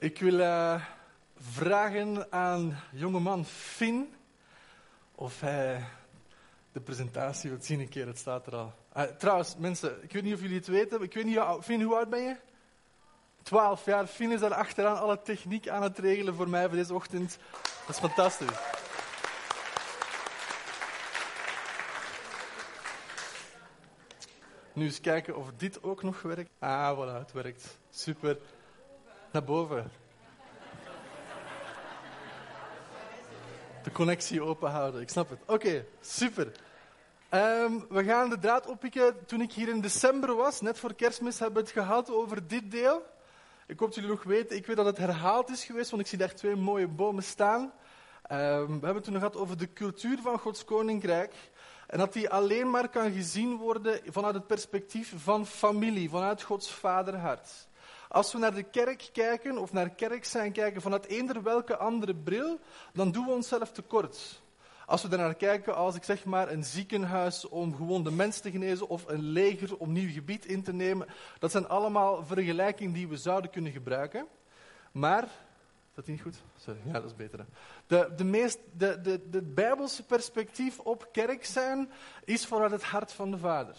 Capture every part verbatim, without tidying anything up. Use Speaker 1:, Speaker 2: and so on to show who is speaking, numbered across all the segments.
Speaker 1: Ik wil uh, vragen aan jongeman Finn of hij de presentatie wilt zien een keer. Het staat er al. Uh, trouwens, mensen, ik weet niet of jullie het weten. Ik weet niet, Finn, hoe oud ben je? Twaalf jaar. Finn is daar achteraan alle techniek aan het regelen voor mij voor deze ochtend. Dat is fantastisch. Nu eens kijken of dit ook nog werkt. Ah, voilà, het werkt. Super. Naar boven. De connectie open houden, ik snap het. Oké, okay, super. Um, we gaan de draad oppikken. Toen ik hier in december was, net voor kerstmis, hebben we het gehad over dit deel. Ik hoop dat jullie nog weten, ik weet dat het herhaald is geweest, want ik zie daar twee mooie bomen staan. Um, we hebben het toen nog gehad over de cultuur van Gods Koninkrijk. En dat die alleen maar kan gezien worden vanuit het perspectief van familie, vanuit Gods vaderhart. Als we naar de kerk kijken, of naar kerk zijn kijken vanuit eender welke andere bril, dan doen we onszelf tekort. Als we daarnaar kijken als, ik zeg maar, een ziekenhuis om gewoon de mens te genezen, of een leger om nieuw gebied in te nemen, dat zijn allemaal vergelijkingen die we zouden kunnen gebruiken. Maar, is dat niet goed? Sorry, ja, dat is beter. Hè? De, de meest, de, de, de Bijbelse perspectief op kerk zijn is vanuit het hart van de Vader.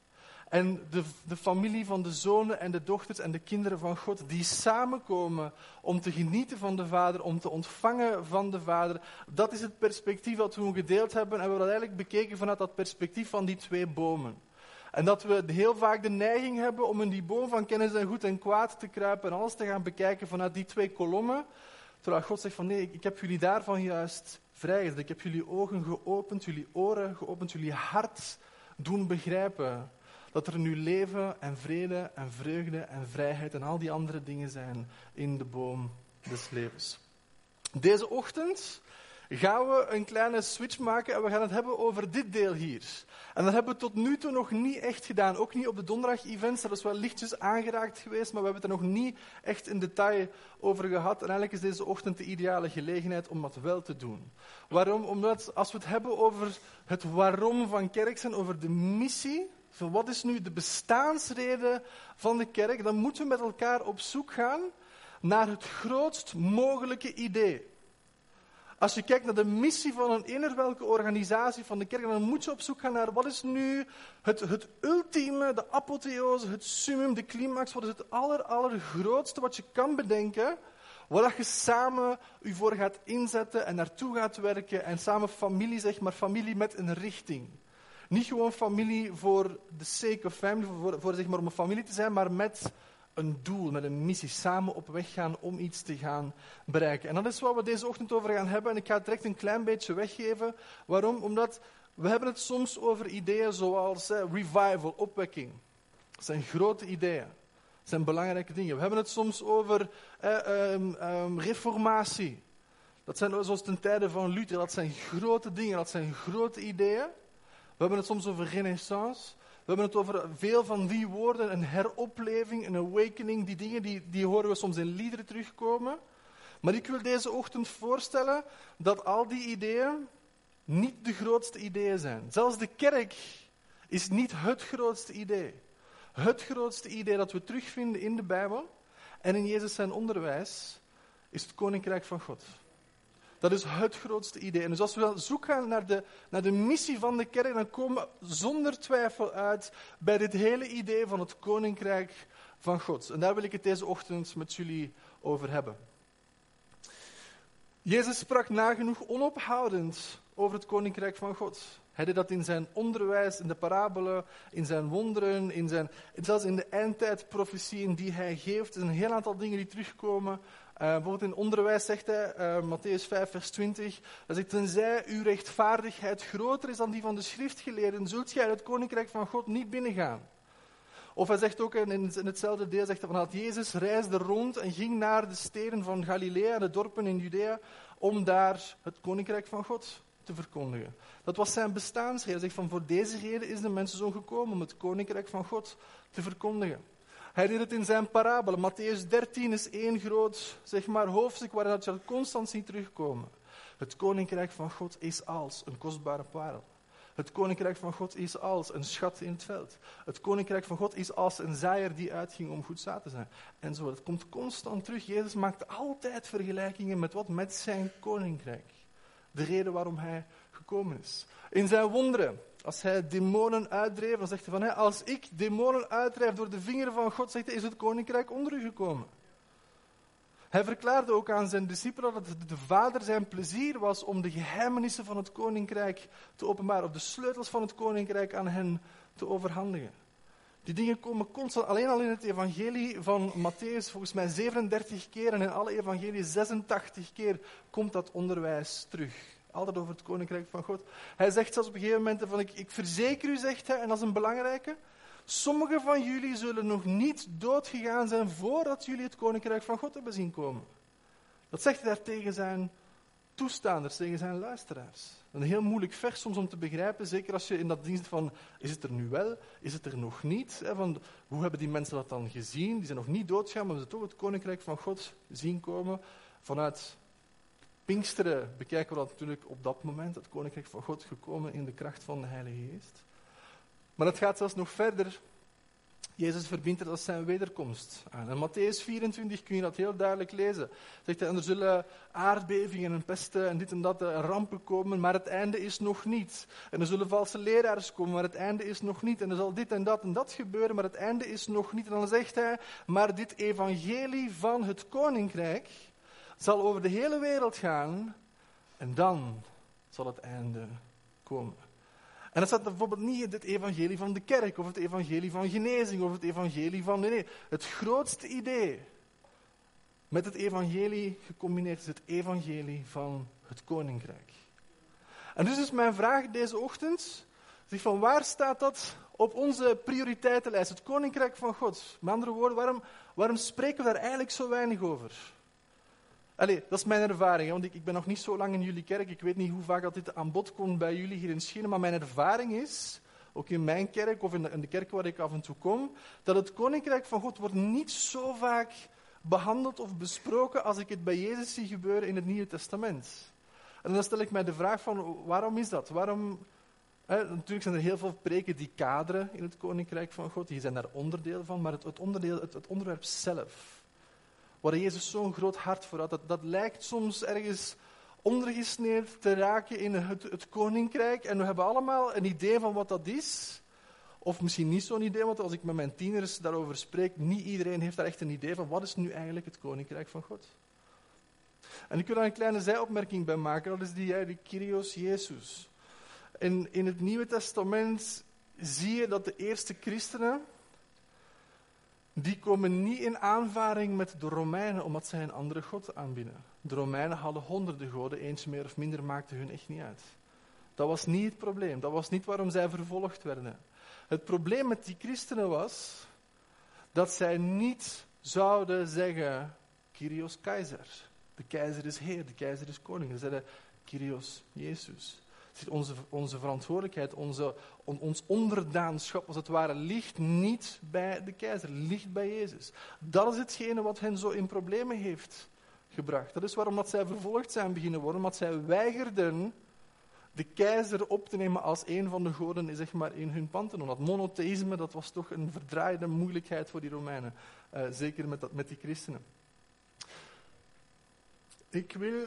Speaker 1: En de, de familie van de zonen en de dochters en de kinderen van God, die samenkomen om te genieten van de Vader, om te ontvangen van de Vader, dat is het perspectief dat we gedeeld hebben. En we hebben dat eigenlijk bekeken vanuit dat perspectief van die twee bomen. En dat we heel vaak de neiging hebben om in die boom van kennis en goed en kwaad te kruipen en alles te gaan bekijken vanuit die twee kolommen. Terwijl God zegt van nee, ik, ik heb jullie daarvan juist vrijgezet. Ik heb jullie ogen geopend, jullie oren geopend, jullie hart doen begrijpen. Dat er nu leven en vrede en vreugde en vrijheid en al die andere dingen zijn in de boom des levens. Deze ochtend gaan we een kleine switch maken en we gaan het hebben over dit deel hier. En dat hebben we tot nu toe nog niet echt gedaan. Ook niet op de donderdag-events, dat is wel lichtjes aangeraakt geweest, maar we hebben het er nog niet echt in detail over gehad. En eigenlijk is deze ochtend de ideale gelegenheid om dat wel te doen. Waarom? Omdat als we het hebben over het waarom van kerk zijn, over de missie, van wat is nu de bestaansreden van de kerk, dan moeten we met elkaar op zoek gaan naar het grootst mogelijke idee. Als je kijkt naar de missie van een eender welke organisatie van de kerk, dan moet je op zoek gaan naar wat is nu het, het ultieme, de apotheose, het summum, de climax, wat is het aller, allergrootste wat je kan bedenken, waar je samen je voor gaat inzetten en naartoe gaat werken en samen familie, zeg maar, familie met een richting. Niet gewoon familie voor the sake of family, voor, voor zeg maar om een familie te zijn, maar met een doel, met een missie, samen op weg gaan om iets te gaan bereiken. En dat is wat we deze ochtend over gaan hebben. En ik ga het direct een klein beetje weggeven. Waarom? Omdat we hebben het soms over ideeën zoals eh, revival, opwekking. Dat zijn grote ideeën. Dat zijn belangrijke dingen. We hebben het soms over eh, um, um, reformatie. Dat zijn zoals ten tijde van Luther. Dat zijn grote dingen, dat zijn grote ideeën. We hebben het soms over renaissance. We hebben het over veel van die woorden, een heropleving, een awakening. Die dingen die, die horen we soms in liederen terugkomen. Maar ik wil deze ochtend voorstellen dat al die ideeën niet de grootste ideeën zijn. Zelfs de kerk is niet het grootste idee. Het grootste idee dat we terugvinden in de Bijbel en in Jezus zijn onderwijs is het Koninkrijk van God. Dat is het grootste idee. En dus als we zoek gaan naar de, naar de missie van de kerk, dan komen we zonder twijfel uit bij dit hele idee van het Koninkrijk van God. En daar wil ik het deze ochtend met jullie over hebben. Jezus sprak nagenoeg onophoudend over het Koninkrijk van God. Hij deed dat in zijn onderwijs, in de parabelen, in zijn wonderen, in zijn, zelfs in de eindtijdprofetieën die hij geeft. Er zijn een heel aantal dingen die terugkomen. Uh, bijvoorbeeld in onderwijs zegt hij, uh, Mattheüs vijf vers twintig, hij zegt, tenzij uw rechtvaardigheid groter is dan die van de schriftgeleerden, zult gij het Koninkrijk van God niet binnengaan. Of hij zegt ook, in, in hetzelfde deel, zegt hij, van dat Jezus reisde rond en ging naar de steden van Galilea, de dorpen in Judea, om daar het Koninkrijk van God te verkondigen. Dat was zijn bestaansreden. Hij zegt van, voor deze reden is de mensenzoon gekomen om het Koninkrijk van God te verkondigen. Hij deed het in zijn parabelen. Mattheüs dertien is één groot, zeg maar, hoofdstuk waarin je constant ziet terugkomen. Het Koninkrijk van God is als een kostbare parel. Het koninkrijk van God is als een schat in het veld. Het koninkrijk van God is als een zaaier die uitging om goed zaad te zijn. En zo, het komt constant terug. Jezus maakt altijd vergelijkingen met wat? Met zijn koninkrijk. De reden waarom hij gekomen is. In zijn wonderen, als hij demonen uitdreef, dan zegt hij van, hè, als ik demonen uitdrijf door de vinger van God, zegt hij, is het koninkrijk onder u gekomen. Hij verklaarde ook aan zijn discipelen dat het de Vader zijn plezier was om de geheimenissen van het koninkrijk te openbaren, of de sleutels van het koninkrijk aan hen te overhandigen. Die dingen komen constant, alleen al in het evangelie van Matthäus, volgens mij zevenendertig keer, en in alle evangelieën zesentachtig keer komt dat onderwijs terug. Altijd over het koninkrijk van God. Hij zegt zelfs op een gegeven moment van, ik, ik verzeker u, zegt hij, en dat is een belangrijke, sommigen van jullie zullen nog niet doodgegaan zijn voordat jullie het koninkrijk van God hebben zien komen. Dat zegt hij daar tegen zijn toestaanders, tegen zijn luisteraars. Een heel moeilijk vers soms om te begrijpen, zeker als je in dat ding zit van, is het er nu wel, is het er nog niet? Hè, van, hoe hebben die mensen dat dan gezien? Die zijn nog niet doodgegaan, maar ze toch het koninkrijk van God zien komen. Vanuit Pinksteren bekijken we dat natuurlijk op dat moment, het koninkrijk van God gekomen in de kracht van de Heilige Geest. Maar het gaat zelfs nog verder. Jezus verbindt er als zijn wederkomst aan. In Matthäus vierentwintig kun je dat heel duidelijk lezen. Zegt hij, en er zullen aardbevingen en pesten en dit en dat, rampen komen, maar het einde is nog niet. En er zullen valse leraars komen, maar het einde is nog niet. En er zal dit en dat en dat gebeuren, maar het einde is nog niet. En dan zegt hij, maar dit evangelie van het koninkrijk zal over de hele wereld gaan en dan zal het einde komen. En dat staat bijvoorbeeld niet in het evangelie van de kerk, of het evangelie van genezing, of het evangelie van... Nee, nee. Het grootste idee met het evangelie gecombineerd is het evangelie van het koninkrijk. En dus is mijn vraag deze ochtend, zeg van waar staat dat op onze prioriteitenlijst, het koninkrijk van God? Met andere woorden, waarom, waarom spreken we daar eigenlijk zo weinig over? Allee, dat is mijn ervaring, hè, want ik, ik ben nog niet zo lang in jullie kerk. Ik weet niet hoe vaak dat dit aan bod komt bij jullie hier in Schenen, maar mijn ervaring is, ook in mijn kerk of in de, in de kerk waar ik af en toe kom, dat het koninkrijk van God wordt niet zo vaak behandeld of besproken als ik het bij Jezus zie gebeuren in het Nieuwe Testament. En dan stel ik mij de vraag van, waarom is dat? Waarom... Hè, natuurlijk zijn er heel veel preken die kaderen in het koninkrijk van God, die zijn daar onderdeel van, maar het, het, onderdeel, het, het onderwerp zelf, waar Jezus zo'n groot hart voor had, dat, dat lijkt soms ergens ondergesneeuwd te raken in het, het koninkrijk. En we hebben allemaal een idee van wat dat is. Of misschien niet zo'n idee, want als ik met mijn tieners daarover spreek, niet iedereen heeft daar echt een idee van wat is nu eigenlijk het koninkrijk van God. En ik wil daar een kleine zijopmerking bij maken, dat is die, die Kyrios Jezus. En in het Nieuwe Testament zie je dat de eerste christenen, die komen niet in aanvaring met de Romeinen, omdat zij een andere god aanbieden. De Romeinen hadden honderden goden, eens meer of minder maakte hun echt niet uit. Dat was niet het probleem, dat was niet waarom zij vervolgd werden. Het probleem met die christenen was dat zij niet zouden zeggen, Kyrios keizer. De keizer is heer, de keizer is koning. Ze zeiden, Kyrios Jezus. Onze, onze verantwoordelijkheid, onze, on, ons onderdaanschap, als het ware, ligt niet bij de keizer, ligt bij Jezus. Dat is hetgene wat hen zo in problemen heeft gebracht. Dat is waarom dat zij vervolgd zijn beginnen worden, omdat zij weigerden de keizer op te nemen als een van de goden, zeg maar, in hun pantheon. Dat monotheïsme, dat was toch een verdraaide moeilijkheid voor die Romeinen. Uh, zeker met, dat, met die christenen. Ik wil...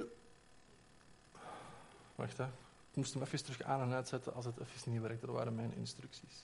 Speaker 1: Wacht, hè. Ik moest hem even terug aan en uitzetten als het even niet werkte. Dat waren mijn instructies.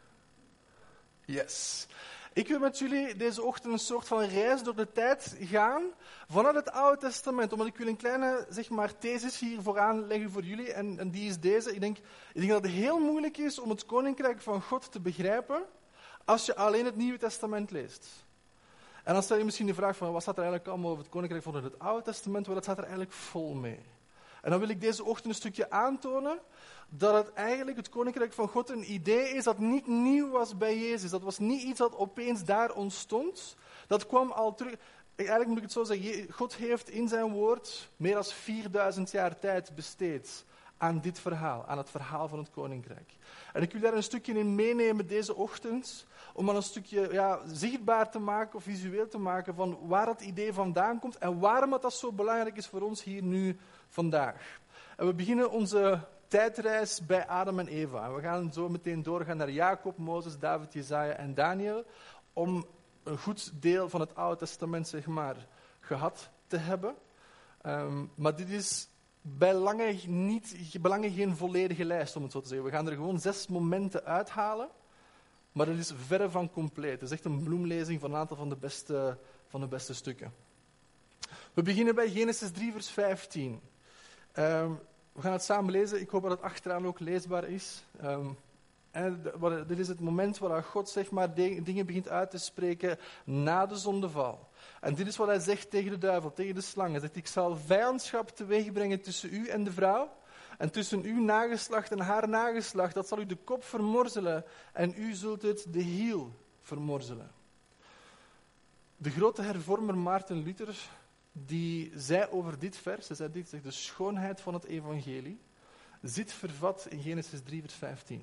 Speaker 1: Yes. Ik wil met jullie deze ochtend een soort van reis door de tijd gaan vanuit het Oude Testament. Omdat ik wil een kleine, zeg maar, thesis hier vooraan leggen voor jullie. En, en die is deze. Ik denk, ik denk dat het heel moeilijk is om het Koninkrijk van God te begrijpen als je alleen het Nieuwe Testament leest. En dan stel je misschien de vraag van, wat staat er eigenlijk allemaal over het Koninkrijk van het Oude Testament? Wel, dat staat er eigenlijk vol mee. En dan wil ik deze ochtend een stukje aantonen dat het eigenlijk het Koninkrijk van God een idee is dat niet nieuw was bij Jezus. Dat was niet iets dat opeens daar ontstond. Dat kwam al terug. Eigenlijk moet ik het zo zeggen, God heeft in zijn woord meer dan vierduizend jaar tijd besteed aan dit verhaal, aan het verhaal van het Koninkrijk. En ik wil daar een stukje in meenemen deze ochtend, om dan een stukje ja, zichtbaar te maken of visueel te maken van waar dat idee vandaan komt en waarom dat zo belangrijk is voor ons hier nu vandaag. En we beginnen onze tijdreis bij Adam en Eva. En we gaan zo meteen doorgaan naar Jacob, Mozes, David, Jesaja en Daniel, om een goed deel van het Oude Testament, zeg maar, gehad te hebben. Um, maar dit is bij lange, niet, bij lange geen volledige lijst, om het zo te zeggen. We gaan er gewoon zes momenten uithalen, maar dat is verre van compleet. Het is echt een bloemlezing van een aantal van de beste, van de beste stukken. We beginnen bij Genesis drie, vers vijftien. Um, we gaan het samen lezen. Ik hoop dat het achteraan ook leesbaar is. Um, en de, wat, dit is het moment waar God, zeg maar, de, dingen begint uit te spreken na de zondeval. En dit is wat hij zegt tegen de duivel, tegen de slang. Hij zegt, ik zal vijandschap teweegbrengen tussen u en de vrouw. En tussen uw nageslacht en haar nageslacht. Dat zal u de kop vermorzelen. En u zult het de hiel vermorzelen. De grote hervormer Maarten Luther, die zei over dit vers, hij zei dit, zegt, de schoonheid van het evangelie zit vervat in Genesis drie, vers vijftien.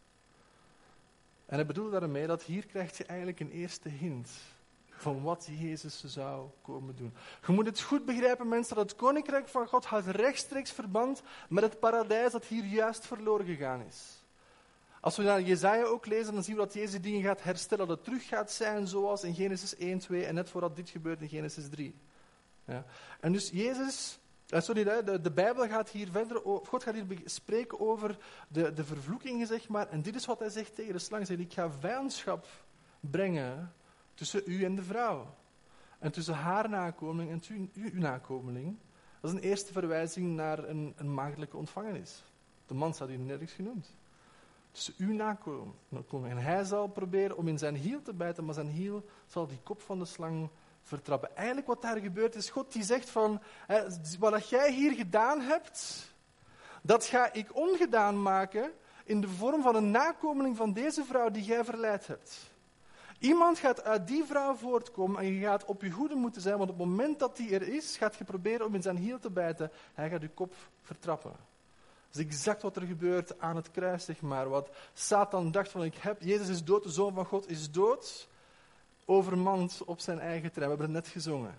Speaker 1: En hij bedoelde daarmee dat hier krijg je eigenlijk een eerste hint van wat Jezus zou komen doen. Je moet het goed begrijpen, mensen, dat het koninkrijk van God houdt rechtstreeks verband met het paradijs dat hier juist verloren gegaan is. Als we naar Jesaja ook lezen, dan zien we dat Jezus dingen gaat herstellen, dat het terug gaat zijn zoals in Genesis één, twee en net voordat dit gebeurt in Genesis drie. Ja. En dus Jezus, sorry, de, de Bijbel gaat hier verder, God gaat hier spreken over de, de vervloekingen, zeg maar, en dit is wat hij zegt tegen de slang. Hij zegt, ik ga vijandschap brengen tussen u en de vrouw. En tussen haar nakomeling en uw, uw nakomeling. Dat is een eerste verwijzing naar een, een maagdelijke ontvangenis. De man staat hier nergens genoemd. Tussen uw nakomeling. En hij zal proberen om in zijn hiel te bijten, maar zijn hiel zal die kop van de slang vertrappen. Eigenlijk wat daar gebeurt is, God die zegt van, hè, wat jij hier gedaan hebt, dat ga ik ongedaan maken in de vorm van een nakomeling van deze vrouw die jij verleid hebt. Iemand gaat uit die vrouw voortkomen en je gaat op je hoede moeten zijn, want op het moment dat die er is, gaat je proberen om in zijn hiel te bijten. Hij gaat je kop vertrappen. Dat is exact wat er gebeurt aan het kruis, zeg maar. Wat Satan dacht van, ik heb, Jezus is dood, de Zoon van God is dood, overmand op zijn eigen terrein. We hebben het net gezongen.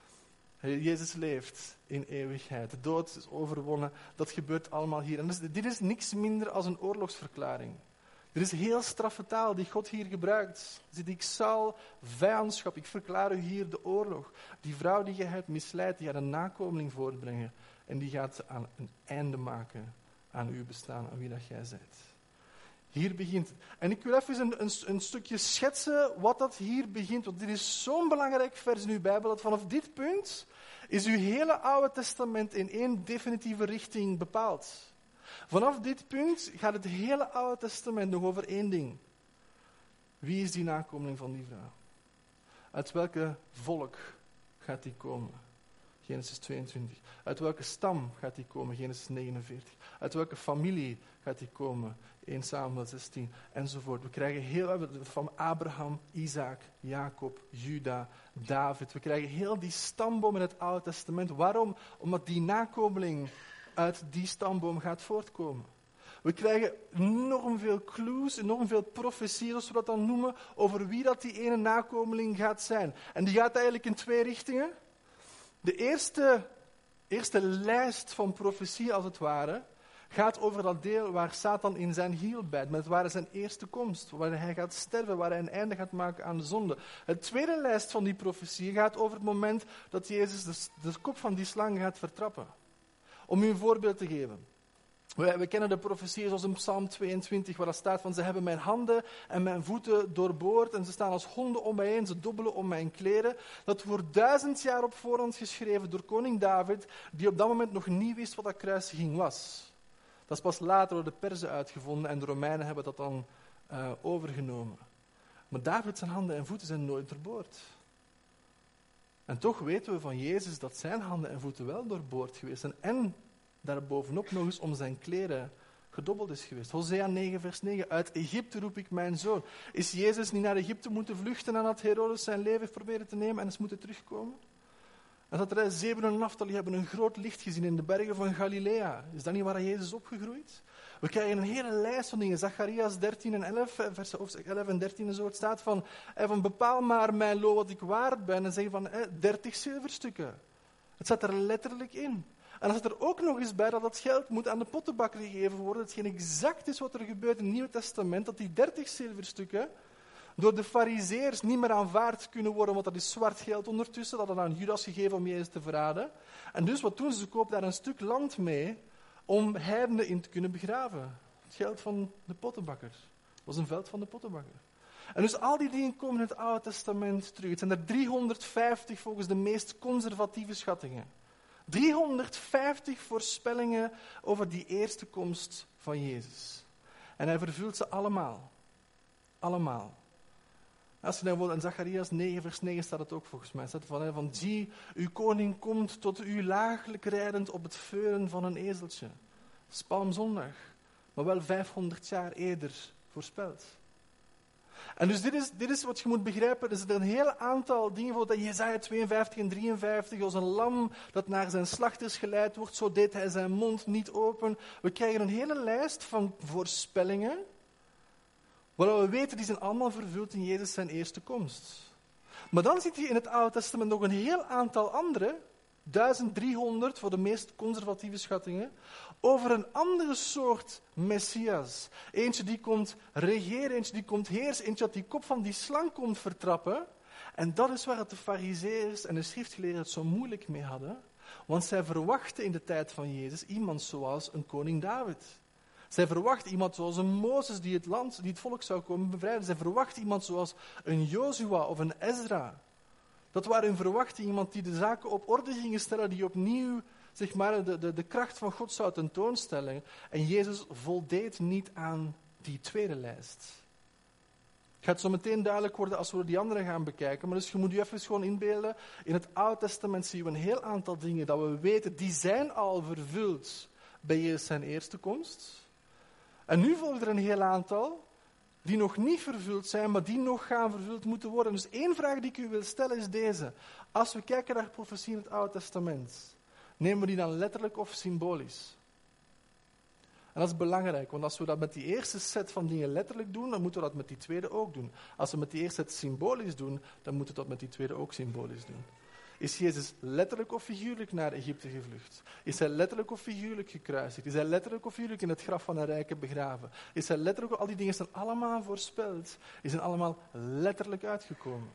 Speaker 1: Jezus leeft in eeuwigheid. De dood is overwonnen. Dat gebeurt allemaal hier. En dus, dit is niks minder dan een oorlogsverklaring. Er is heel straffe taal die God hier gebruikt. Zit, ik zal vijandschap, ik verklaar u hier de oorlog. Die vrouw die je hebt misleid, die gaat een nakomeling voortbrengen. En die gaat aan een einde maken aan uw bestaan, aan wie dat jij bent. Hier begint het. En ik wil even een, een, een stukje schetsen wat dat hier begint. Want dit is zo'n belangrijk vers in uw Bijbel, dat vanaf dit punt is uw hele Oude Testament in één definitieve richting bepaald. Vanaf dit punt gaat het hele Oude Testament nog over één ding. Wie is die nakomeling van die vrouw? Uit welke volk gaat die komen? Genesis tweeëntwintig. Uit welke stam gaat die komen? Genesis negenenveertig. Uit welke familie gaat die komen? eerste Samuel zestien. Enzovoort. We krijgen heel van Abraham, Isaac, Jacob, Juda, David. We krijgen heel die stamboom in het Oude Testament. Waarom? Omdat die nakomeling uit die stamboom gaat voortkomen. We krijgen enorm veel clues, enorm veel profetieën, zoals we dat dan noemen, over wie dat die ene nakomeling gaat zijn. En die gaat eigenlijk in twee richtingen. De eerste, eerste lijst van profetieën, als het ware, gaat over dat deel waar Satan in zijn hiel bijt. Met waar zijn eerste komst, waar hij gaat sterven, waar hij een einde gaat maken aan de zonde. De tweede lijst van die profetieën gaat over het moment dat Jezus de, de kop van die slang gaat vertrappen. Om u een voorbeeld te geven. We, we kennen de profetieën zoals in Psalm tweeëntwintig, waar dat staat van, ze hebben mijn handen en mijn voeten doorboord en ze staan als honden om mij heen, ze dobbelen om mijn kleren. Dat wordt duizend jaar op voorhand geschreven door koning David, die op dat moment nog niet wist wat dat kruisiging was. Dat is pas later door de Perzen uitgevonden en de Romeinen hebben dat dan uh, overgenomen. Maar David zijn handen en voeten zijn nooit doorboord. En toch weten we van Jezus dat zijn handen en voeten wel doorboord geweest zijn. En daarbovenop nog eens om zijn kleren gedobbeld is geweest. Hosea negen vers negen. Uit Egypte roep ik mijn zoon. Is Jezus niet naar Egypte moeten vluchten en had Herodes zijn leven proberen te nemen en is moeten terugkomen? En dat er Zeben en Naftali hebben een groot licht gezien in de bergen van Galilea. Is dat niet waar Jezus is opgegroeid? We krijgen een hele lijst van dingen. Zacharias dertien en elf, vers elf en dertien en zo. Het staat van, van bepaal maar mijn loon wat ik waard ben. En zeggen van eh, dertig zilverstukken. Het staat er letterlijk in. En dan staat er ook nog eens bij dat dat geld moet aan de pottenbakker gegeven worden. Hetgeen exact is wat er gebeurt in het Nieuwe Testament, dat die dertig zilverstukken door de farizeërs niet meer aanvaard kunnen worden, want dat is zwart geld ondertussen, dat had aan Judas gegeven om Jezus te verraden. En dus wat doen ze? Ze kopen daar een stuk land mee om heidenen in te kunnen begraven. Het geld van de pottenbakker. Dat was een veld van de pottenbakker. En dus al die dingen komen in het Oude Testament terug. Het zijn er driehonderdvijftig volgens de meest conservatieve schattingen. driehonderdvijftig voorspellingen over die eerste komst van Jezus. En hij vervult ze allemaal. Allemaal. Als je dan bijvoorbeeld in Zacharias negen vers negen staat het ook volgens mij. Staat van, van zie, uw koning komt tot u laaglijk rijdend op het veuren van een ezeltje. Dat is Palmzondag. Maar wel vijfhonderd jaar eerder voorspeld. En dus dit is, dit is wat je moet begrijpen. Er zijn een heel aantal dingen, bijvoorbeeld in Jesaja tweeënvijftig en drieënvijftig, als een lam dat naar zijn slachters geleid wordt, zo deed hij zijn mond niet open. We krijgen een hele lijst van voorspellingen, waar we weten, die zijn allemaal vervuld in Jezus zijn eerste komst. Maar dan ziet je in het Oude Testament nog een heel aantal andere, duizend driehonderd voor de meest conservatieve schattingen, over een andere soort Messias. Eentje die komt regeren, eentje die komt heersen, eentje dat die kop van die slang komt vertrappen. En dat is waar het de farizeeërs en de schriftgeleerden het zo moeilijk mee hadden. Want zij verwachten in de tijd van Jezus iemand zoals een koning David. Zij verwachten iemand zoals een Mozes die het land, die het volk zou komen bevrijden. Zij verwachten iemand zoals een Jozua of een Ezra. Dat waren hun verwachtingen, iemand die de zaken op orde ging stellen, die opnieuw zeg maar, de, de, de kracht van God zou tentoonstellen. En Jezus voldeed niet aan die tweede lijst. Het gaat zo meteen duidelijk worden als we die andere gaan bekijken. Maar dus je moet je even gewoon inbeelden. In het Oude Testament zien we een heel aantal dingen dat we weten, die zijn al vervuld bij Jezus zijn eerste komst. En nu volgen er een heel aantal die nog niet vervuld zijn, maar die nog gaan vervuld moeten worden. Dus één vraag die ik u wil stellen is deze. Als we kijken naar profetie in het Oude Testament, nemen we die dan letterlijk of symbolisch? En dat is belangrijk, want als we dat met die eerste set van dingen letterlijk doen, dan moeten we dat met die tweede ook doen. Als we met die eerste set symbolisch doen, dan moeten we dat met die tweede ook symbolisch doen. Is Jezus letterlijk of figuurlijk naar Egypte gevlucht? Is hij letterlijk of figuurlijk gekruisigd? Is hij letterlijk of figuurlijk in het graf van een rijke begraven? Is hij letterlijk, al die dingen zijn allemaal voorspeld. Die zijn allemaal letterlijk uitgekomen.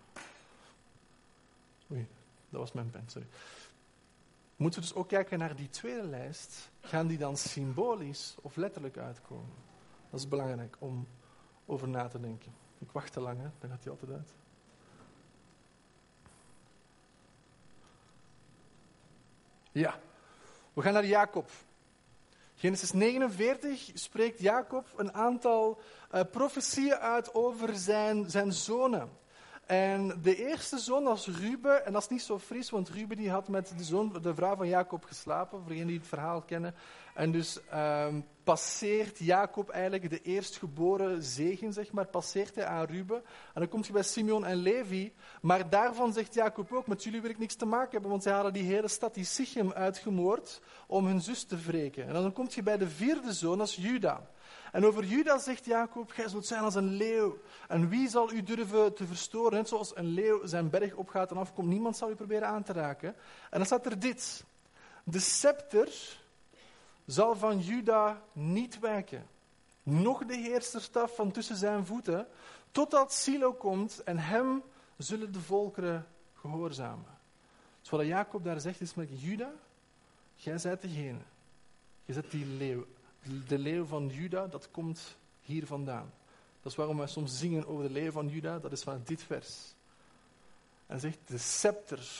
Speaker 1: Oei, dat was mijn pen, sorry. Moeten we dus ook kijken naar die tweede lijst. Gaan die dan symbolisch of letterlijk uitkomen? Dat is belangrijk om over na te denken. Ik wacht te lang, hè? Dan gaat hij altijd uit. Ja, we gaan naar Jacob. Genesis negenenveertig spreekt Jacob een aantal uh, profetieën uit over zijn, zijn zonen. En de eerste zoon was Ruben, en dat is niet zo fris, want Ruben die had met de, zoon, de vrouw van Jacob geslapen, voor degenen die het verhaal kennen. En dus um, passeert Jacob eigenlijk de eerstgeboren zegen, zeg maar, passeert hij aan Ruben. En dan komt je bij Simeon en Levi, maar daarvan zegt Jacob ook, met jullie wil ik niks te maken hebben, want zij hadden die hele stad, die Sichem, uitgemoord om hun zus te wreken. En dan kom je bij de vierde zoon, dat is Juda. En over Juda zegt Jacob, gij zult zijn als een leeuw. En wie zal u durven te verstoren? Net zoals een leeuw zijn berg opgaat en afkomt, niemand zal u proberen aan te raken. En dan staat er dit. De scepter zal van Juda niet wijken. Nog de heerserstaf van tussen zijn voeten, totdat Silo komt en hem zullen de volkeren gehoorzamen. Dus wat Jacob daar zegt is met Juda, jij zijt degene. Je zet die leeuw. De leeuw van Juda, dat komt hier vandaan. Dat is waarom wij soms zingen over de leeuw van Juda, dat is van dit vers. En zegt, de scepter,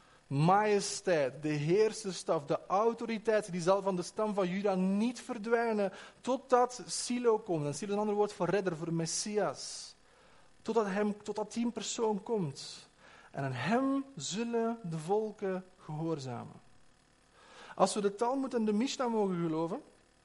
Speaker 1: majesteit, de heerserstaf, de autoriteit, die zal van de stam van Juda niet verdwijnen, totdat Silo komt. En Silo is een ander woord voor redder, voor Messias. Totdat, hem, totdat die persoon komt. En aan hem zullen de volken gehoorzamen. Als we de Talmud en de Mishnah mogen geloven,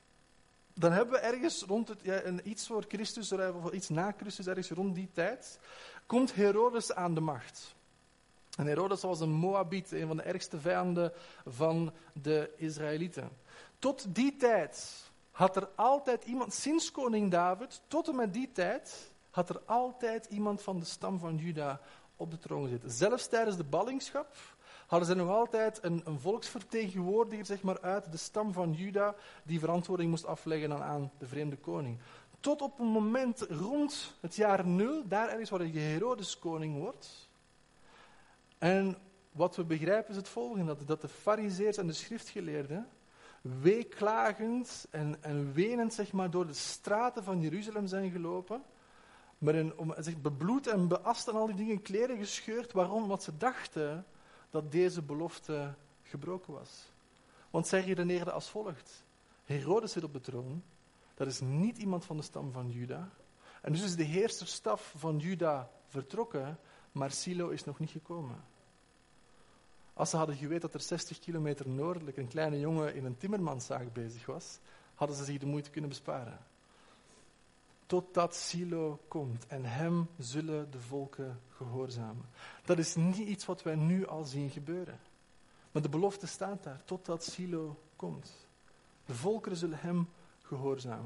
Speaker 1: dan hebben we ergens rond het, ja, een, iets voor Christus, of iets na Christus, ergens rond die tijd, komt Herodes aan de macht. En Herodes was een Moabiet, een van de ergste vijanden van de Israëlieten. Tot die tijd had er altijd iemand, sinds koning David, tot en met die tijd, had er altijd iemand van de stam van Juda op de troon gezeten. Zelfs tijdens de ballingschap hadden ze nog altijd een, een volksvertegenwoordiger zeg maar, uit de stam van Juda die verantwoording moest afleggen dan aan de vreemde koning. Tot op een moment rond het jaar nul, daar ergens waar je Herodes koning wordt. En wat we begrijpen is het volgende, dat, dat de farizeeërs en de schriftgeleerden weeklagend en, en wenend zeg maar, door de straten van Jeruzalem zijn gelopen, met een, om, zeg, bebloed en beast en al die dingen, kleren gescheurd. Waarom? Want ze dachten dat deze belofte gebroken was. Want zij redeneerden als volgt. Herodes zit op de troon. Dat is niet iemand van de stam van Juda. En dus is de heerserstaf van Juda vertrokken, maar Silo is nog niet gekomen. Als ze hadden geweten dat er zestig kilometer noordelijk een kleine jongen in een timmermanszaak bezig was, hadden ze zich de moeite kunnen besparen. Totdat Silo komt en hem zullen de volken gehoorzamen. Dat is niet iets wat wij nu al zien gebeuren. Maar de belofte staat daar, totdat Silo komt. De volkeren zullen hem gehoorzamen.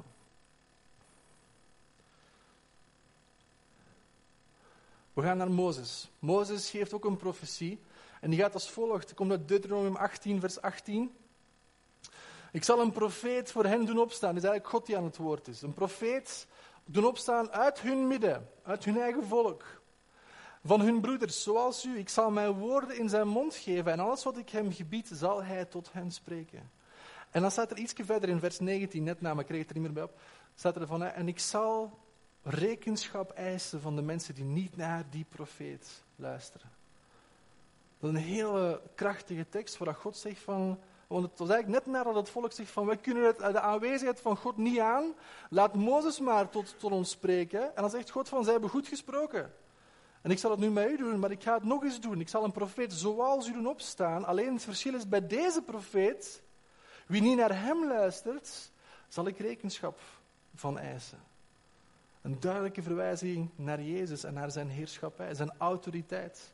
Speaker 1: We gaan naar Mozes. Mozes geeft ook een profetie. En die gaat als volgt. Het komt uit Deuteronomium achttien, vers achttien. Ik zal een profeet voor hen doen opstaan. Dat is eigenlijk God die aan het woord is. Een profeet doen opstaan uit hun midden, uit hun eigen volk. Van hun broeders, zoals u. Ik zal mijn woorden in zijn mond geven. En alles wat ik hem gebied, zal hij tot hen spreken. En dan staat er ietsje verder in vers negentien, net na, maar ik kreeg het er niet meer bij op. Staat er van, en ik zal rekenschap eisen van de mensen die niet naar die profeet luisteren. Dat is een hele krachtige tekst, waar God zegt van, want het was eigenlijk net nadat het volk zegt van, wij kunnen het, de aanwezigheid van God niet aan, laat Mozes maar tot, tot ons spreken. En dan zegt God van, zij hebben goed gesproken. En ik zal het nu met u doen, maar ik ga het nog eens doen. Ik zal een profeet zoals u doen opstaan. Alleen het verschil is bij deze profeet, wie niet naar hem luistert, zal ik rekenschap van eisen. Een duidelijke verwijzing naar Jezus en naar zijn heerschappij, zijn autoriteit.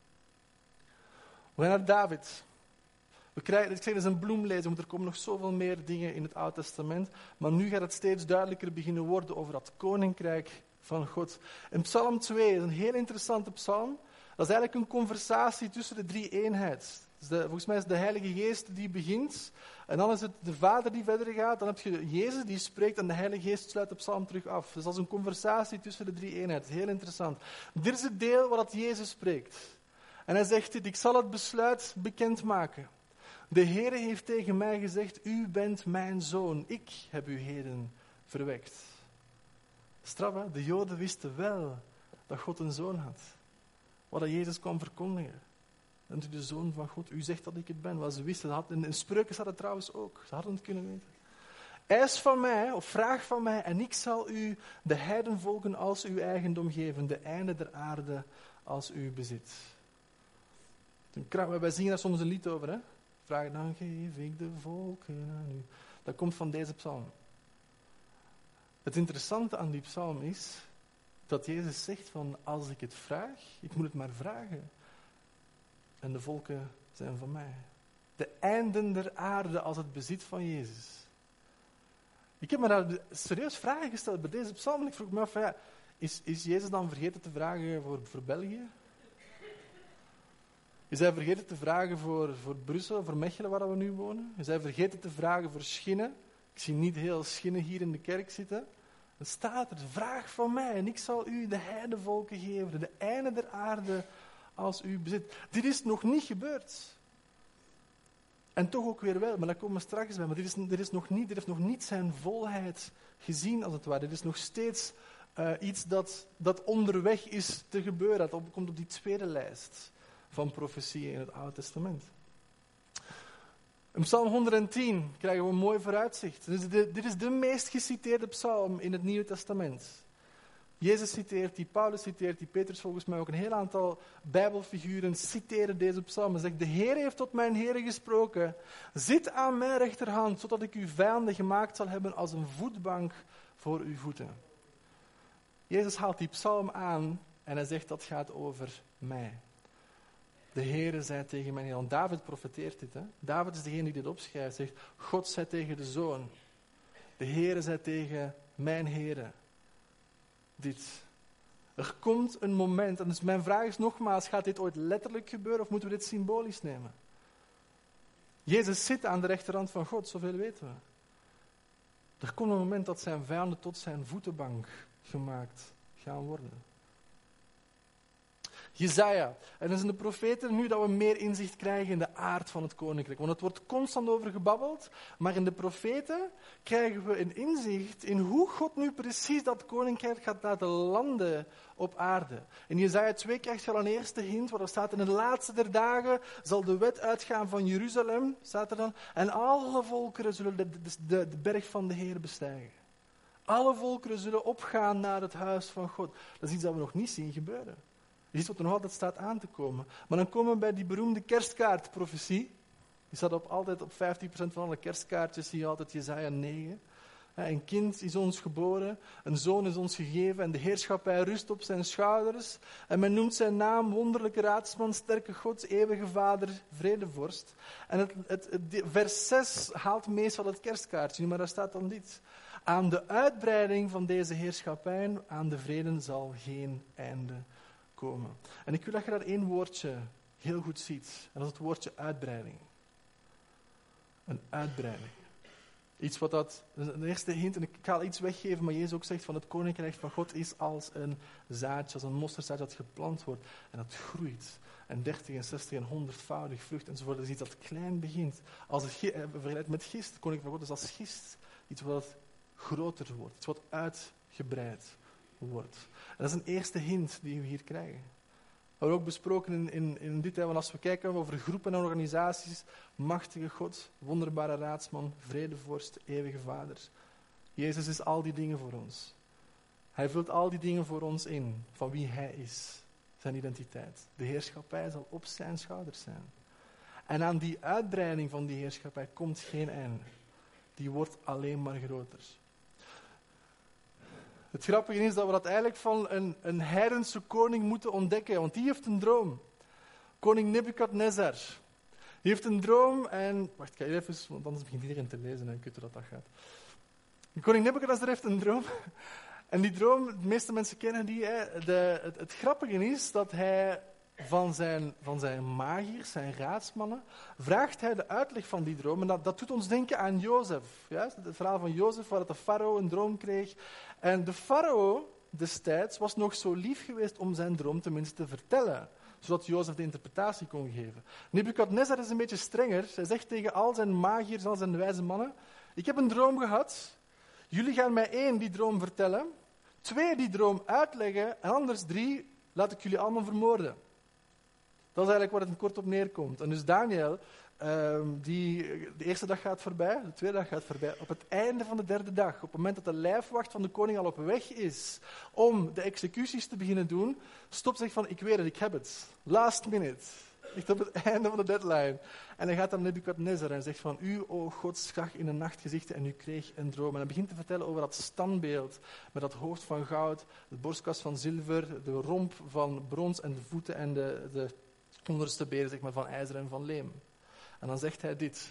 Speaker 1: We gaan naar David. We krijgen, ik zeg, dat is een bloemlezing, want er komen nog zoveel meer dingen in het Oude Testament. Maar nu gaat het steeds duidelijker beginnen worden over dat koninkrijk van God. En Psalm twee is een heel interessante psalm. Dat is eigenlijk een conversatie tussen de drie eenheid. Dus de, volgens mij is het de Heilige Geest die begint. En dan is het de Vader die verder gaat. Dan heb je Jezus die spreekt en de Heilige Geest sluit de psalm terug af. Dus dat is een conversatie tussen de drie eenheid. Heel interessant. Dit is het deel waar dat Jezus spreekt. En hij zegt dit, ik zal het besluit bekendmaken. De Heere heeft tegen mij gezegd, u bent mijn zoon. Ik heb u heden verwekt. Straf, hè? De Joden wisten wel dat God een zoon had. Wat dat Jezus kwam verkondigen. Bent u de zoon van God? U zegt dat ik het ben. Wat ze wisten, dat had, in, in Spreuken staat het trouwens ook. Ze hadden het kunnen weten. Eis van mij, of vraag van mij, en ik zal u de heidenvolken als uw eigendom geven, de einde der aarde als uw bezit. Wij zingen daar soms een lied over, hè? Vraag, dan geef ik de volken aan u. Dat komt van deze psalm. Het interessante aan die psalm is dat Jezus zegt van, als ik het vraag, ik moet het maar vragen. En de volken zijn van mij. De einden der aarde als het bezit van Jezus. Ik heb me daar serieus vragen gesteld bij deze psalm. En ik vroeg me af, ja, is, is Jezus dan vergeten te vragen voor, voor België? Is hij vergeten te vragen voor, voor Brussel, voor Mechelen, waar we nu wonen? Is hij vergeten te vragen voor Schinnen? Ik zie niet heel Schinnen hier in de kerk zitten. Het staat er, vraag van mij en ik zal u de heidevolken geven, de einden der aarde als u bezit. Dit is nog niet gebeurd. En toch ook weer wel, maar daar komen we straks bij. Maar dit, is, dit, is nog niet, dit heeft nog niet zijn volheid gezien, als het ware. Dit is nog steeds uh, iets dat, dat onderweg is te gebeuren. Dat op, komt op die tweede lijst van profetieën in het Oude Testament. In Psalm honderdtien krijgen we een mooi vooruitzicht. Dit is, de, dit is de meest geciteerde psalm in het Nieuwe Testament. Jezus citeert die, Paulus citeert die, Petrus volgens mij ook. Een heel aantal Bijbelfiguren citeren deze psalm. Hij zegt, de Heer heeft tot mijn Heere gesproken. Zit aan mijn rechterhand, zodat ik uw vijanden gemaakt zal hebben als een voetbank voor uw voeten. Jezus haalt die psalm aan en hij zegt, dat gaat over mij. De Heere zei tegen mij, want David profeteert dit. Hè? David is degene die dit opschrijft. Zegt, God zei tegen de Zoon. De Heere zei tegen mijn Heere. Dit. Er komt een moment, en dus mijn vraag is nogmaals, gaat dit ooit letterlijk gebeuren of moeten we dit symbolisch nemen? Jezus zit aan de rechterhand van God, zoveel weten we. Er komt een moment dat zijn vijanden tot zijn voetenbank gemaakt gaan worden. Jesaja. En dat is in de profeten nu dat we meer inzicht krijgen in de aard van het koninkrijk. Want het wordt constant over gebabbeld, maar in de profeten krijgen we een inzicht in hoe God nu precies dat koninkrijk gaat laten landen op aarde. In Jesaja twee krijg je al een eerste hint, waar er staat: in de laatste der dagen zal de wet uitgaan van Jeruzalem, staat er dan, en alle volkeren zullen de, de, de, de berg van de Heer bestijgen. Alle volkeren zullen opgaan naar het huis van God. Dat is iets dat we nog niet zien gebeuren. Je ziet wat er nog altijd staat aan te komen. Maar dan komen we bij die beroemde kerstkaartprofetie. Die staat op, altijd op vijftien procent van alle kerstkaartjes, zie je altijd Jesaja negen. Een kind is ons geboren, een zoon is ons gegeven en de heerschappij rust op zijn schouders. En men noemt zijn naam wonderlijke raadsman, sterke God, eeuwige vader, vredevorst. En het, het, het, vers zes haalt meestal het kerstkaartje, maar daar staat dan dit. Aan de uitbreiding van deze heerschappij, aan de vrede zal geen einde komen. En ik wil dat je daar één woordje heel goed ziet. En dat is het woordje uitbreiding. Een uitbreiding. Iets wat dat, de eerste hint, en ik ga iets weggeven, maar Jezus ook zegt van het koninkrijk van God is als een zaadje, als een mosterdzaadje dat geplant wordt en dat groeit. En dertig en zestig en honderdvoudig vrucht enzovoort. Dat is iets dat klein begint. Als het vergelijkt met gist, het koninkrijk van God is als gist. Iets wat groter wordt, iets wat uitgebreid wordt. En dat is een eerste hint die we hier krijgen. We hebben ook besproken in, in, in dit, want als we kijken over groepen en organisaties, machtige God, wonderbare raadsman, vredevorst, eeuwige vader. Jezus is al die dingen voor ons. Hij vult al die dingen voor ons in, van wie hij is, zijn identiteit. De heerschappij zal op zijn schouders zijn. En aan die uitbreiding van die heerschappij komt geen einde. Die wordt alleen maar groter. Het grappige is dat we dat eigenlijk van een, een heidense koning moeten ontdekken, want die heeft een droom. Koning Nebukadnezar. Die heeft een droom en... Wacht, ik ga hier even, want anders begint iedereen te lezen en ik weet hoe dat, dat gaat. Koning Nebukadnezar heeft een droom. En die droom, de meeste mensen kennen die. Hè, de, het, het grappige is dat hij van zijn, van zijn magiërs, zijn raadsmannen, vraagt hij de uitleg van die droom. En dat, dat doet ons denken aan Jozef. Ja? Het verhaal van Jozef, waar de farao een droom kreeg. En de farao destijds was nog zo lief geweest om zijn droom tenminste te vertellen, zodat Jozef de interpretatie kon geven. Nebukadnezar is een beetje strenger. Hij zegt tegen al zijn magiërs, al zijn wijze mannen: ik heb een droom gehad. Jullie gaan mij één, die droom vertellen. Twee, die droom uitleggen. En anders drie, laat ik jullie allemaal vermoorden. Dat is eigenlijk waar het kort op neerkomt. En dus Daniel, uh, die, de eerste dag gaat voorbij, de tweede dag gaat voorbij. Op het einde van de derde dag, op het moment dat de lijfwacht van de koning al op weg is om de executies te beginnen doen, stopt zich van: ik weet het, ik heb het. Last minute. Echt op het einde van de deadline. En hij gaat dan Nebukadnezar en zegt van: u, o God, zag in de nacht gezichten en u kreeg een droom. En hij begint te vertellen over dat standbeeld met dat hoofd van goud, de borstkas van zilver, de romp van brons en de voeten en de, de onderste benen, zeg maar, van ijzer en van leem. En dan zegt hij dit: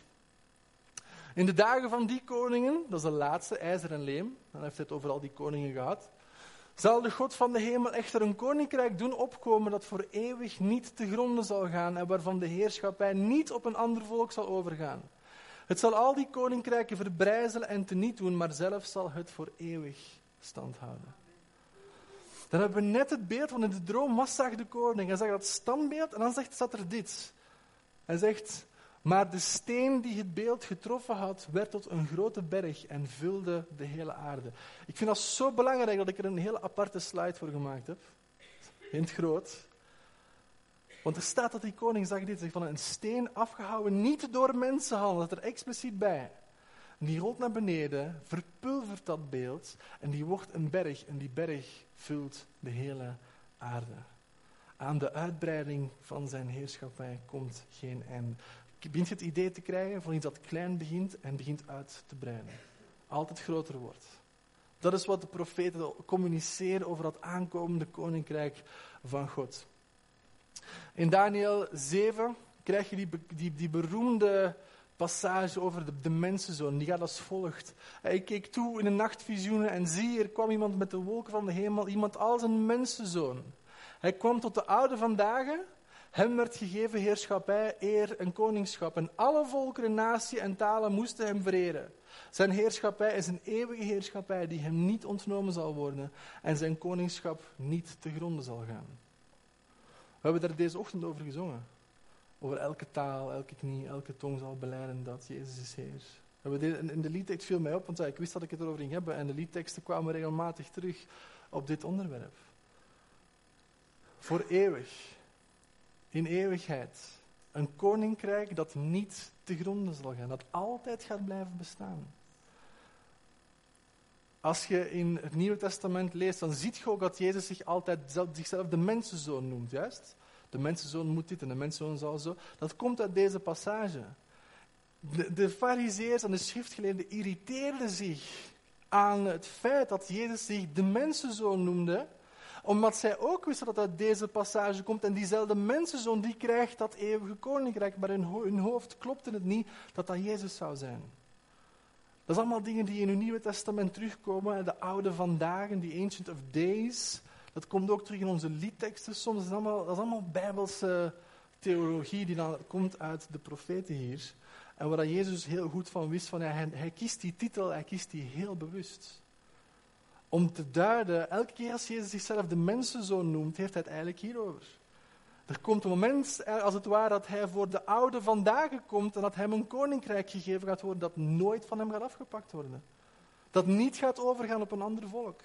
Speaker 1: in de dagen van die koningen, dat is de laatste, ijzer en leem, dan heeft hij het over al die koningen gehad, zal de God van de hemel echter een koninkrijk doen opkomen dat voor eeuwig niet te gronden zal gaan en waarvan de heerschappij niet op een ander volk zal overgaan. Het zal al die koninkrijken verbrijzelen en teniet doen, maar zelf zal het voor eeuwig stand houden. Dan hebben we net het beeld, want in de droom, wat zag de koning? Hij zag dat standbeeld en dan zegt, staat er dit. Hij zegt: maar de steen die het beeld getroffen had, werd tot een grote berg en vulde de hele aarde. Ik vind dat zo belangrijk dat ik er een hele aparte slide voor gemaakt heb. In het groot. Want er staat dat die koning zag dit, zegt van een steen afgehouwen, niet door mensenhand, dat er expliciet bij. En die rolt naar beneden, verpulvert dat beeld en die wordt een berg en die berg vult de hele aarde. Aan de uitbreiding van zijn heerschappij komt geen einde. Je begint het idee te krijgen van iets dat klein begint en begint uit te breiden. Altijd groter wordt. Dat is wat de profeten communiceren over dat aankomende koninkrijk van God. In Daniel zeven krijg je die, die, die beroemde passage over de, de mensenzoon. Die gaat als volgt. Ik keek toe in de nachtvisioenen en zie, er kwam iemand met de wolken van de hemel, iemand als een mensenzoon. Hij kwam tot de oude vandaag. Hem werd gegeven heerschappij, eer en koningschap. En alle volkeren, naties en talen moesten hem vereren. Zijn heerschappij is een eeuwige heerschappij die hem niet ontnomen zal worden. En zijn koningschap niet te gronden zal gaan. We hebben daar deze ochtend over gezongen. Over elke taal, elke knie, elke tong zal belijden dat Jezus is Heer. We hebben de, in de liedtekst viel mij op, want ja, ik wist dat ik het erover ging hebben. En de liedteksten kwamen regelmatig terug op dit onderwerp. Voor eeuwig. In eeuwigheid. Een koninkrijk dat niet te gronden zal gaan. Dat altijd gaat blijven bestaan. Als je in het Nieuwe Testament leest, dan ziet je ook dat Jezus zich altijd zichzelf de mensenzoon noemt. Juist? De mensenzoon moet dit en de mensenzoon zal zo. Dat komt uit deze passage. De, de farizeeërs en de schriftgeleerden irriteerden zich aan het feit dat Jezus zich de mensenzoon noemde, omdat zij ook wisten dat uit deze passage komt en diezelfde mensenzoon die krijgt dat eeuwige koninkrijk, maar in hun hoofd klopte het niet dat dat Jezus zou zijn. Dat zijn allemaal dingen die in het Nieuwe Testament terugkomen, de oude vandaag, die Ancient of Days. Dat komt ook terug in onze liedteksten soms. Dat is allemaal, dat is allemaal bijbelse theologie die dan komt uit de profeten hier. En waar Jezus heel goed van wist, van, ja, hij, hij kiest die titel, hij kiest die heel bewust. Om te duiden, elke keer als Jezus zichzelf de mensenzoon noemt, heeft hij het eigenlijk hierover. Er komt een moment, als het ware, dat hij voor de oude vandaag komt en dat hem een koninkrijk gegeven gaat worden dat nooit van hem gaat afgepakt worden. Dat niet gaat overgaan op een ander volk.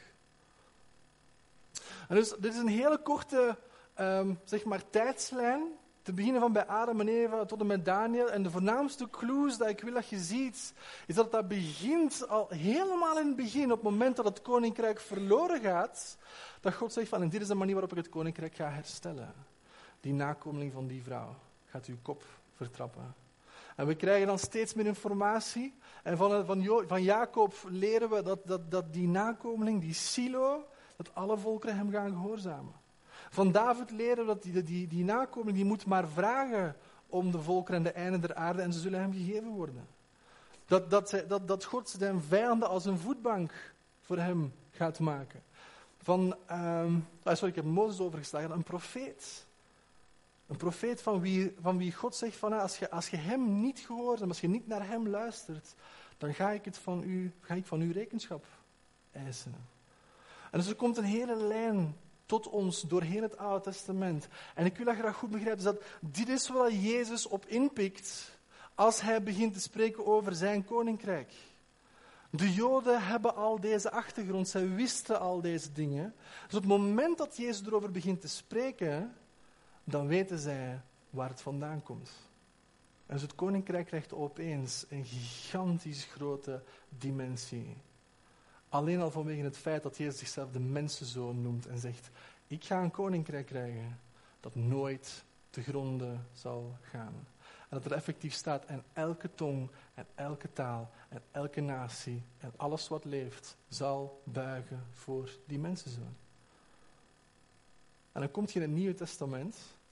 Speaker 1: En dus, dit is een hele korte um, zeg maar, tijdslijn. Te beginnen van bij Adam en Eva tot en met Daniel. En de voornaamste clues dat ik wil dat je ziet, is dat dat begint al helemaal in het begin, op het moment dat het koninkrijk verloren gaat, dat God zegt van, en dit is de manier waarop ik het koninkrijk ga herstellen. Die nakomeling van die vrouw gaat uw kop vertrappen. En we krijgen dan steeds meer informatie. En van, van, jo- van Jacob leren we dat, dat, dat die nakomeling, die Silo, dat alle volkeren hem gaan gehoorzamen. Van David leren we dat die, die, die nakomeling, die moet maar vragen om de volkeren en de einden der aarde en ze zullen hem gegeven worden. Dat, dat, zij, dat, dat God zijn vijanden als een voetbank voor hem gaat maken. Van, um, dat is wat ik heb Mozes overgeslagen, een profeet. Een profeet van wie, van wie God zegt van, als je, als je hem niet gehoord en als je niet naar hem luistert, dan ga ik, het van u, ga ik van u rekenschap eisen. En dus er komt een hele lijn tot ons doorheen het Oude Testament. En ik wil dat je dat goed begrijpt, dus dat dit is waar Jezus op inpikt als hij begint te spreken over zijn koninkrijk. De Joden hebben al deze achtergrond, zij wisten al deze dingen. Dus op het moment dat Jezus erover begint te spreken, dan weten zij waar het vandaan komt. En dus het koninkrijk krijgt opeens een gigantisch grote dimensie. Alleen al vanwege het feit dat Jezus zichzelf de mensenzoon noemt en zegt, ik ga een koninkrijk krijgen dat nooit te gronden zal gaan. En dat er effectief staat, en elke tong, en elke taal, en elke natie, en alles wat leeft, zal buigen voor die mensenzoon. En dan komt je in het Nieuwe Testament.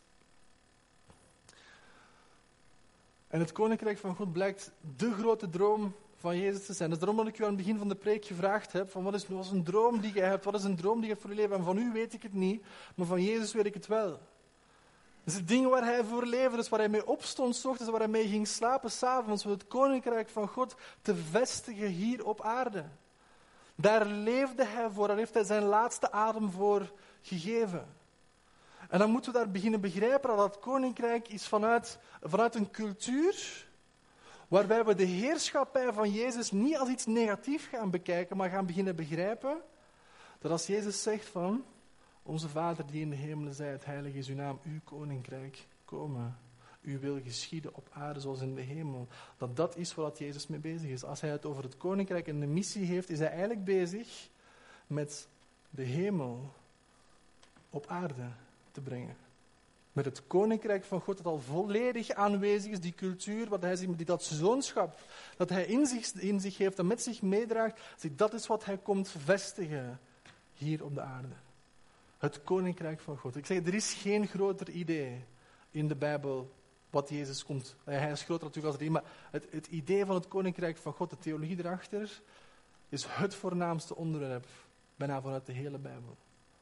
Speaker 1: En het koninkrijk van God blijkt de grote droom van Jezus te zijn. Dat is daarom dat ik u aan het begin van de preek gevraagd heb, van wat is, wat is een droom die je hebt, wat is een droom die je hebt voor je leven. En van u weet ik het niet, maar van Jezus weet ik het wel. Dat is het ding waar hij voor leefde, dus waar hij mee opstond, 's ochtends, waar hij mee ging slapen, 's avonds, om het koninkrijk van God te vestigen hier op aarde. Daar leefde hij voor, daar heeft hij zijn laatste adem voor gegeven. En dan moeten we daar beginnen begrijpen dat dat koninkrijk is vanuit, vanuit een cultuur waarbij we de heerschappij van Jezus niet als iets negatiefs gaan bekijken, maar gaan beginnen begrijpen dat als Jezus zegt van, onze Vader die in de hemelen zij, het heilige is uw naam, uw koninkrijk komen. Uw wil geschieden op aarde zoals in de hemel. Dat dat is waar Jezus mee bezig is. Als hij het over het koninkrijk en de missie heeft, is hij eigenlijk bezig met de hemel op aarde te brengen. Met het koninkrijk van God dat al volledig aanwezig is, die cultuur, wat hij ziet, dat zoonschap, dat hij in zich, in zich heeft en met zich meedraagt, dat is wat hij komt vestigen hier op de aarde. Het koninkrijk van God. Ik zeg, er is geen groter idee in de Bijbel wat Jezus komt. Hij is groter natuurlijk als die, maar het, het idee van het koninkrijk van God, de theologie erachter, is het voornaamste onderwerp, bijna vanuit de hele Bijbel.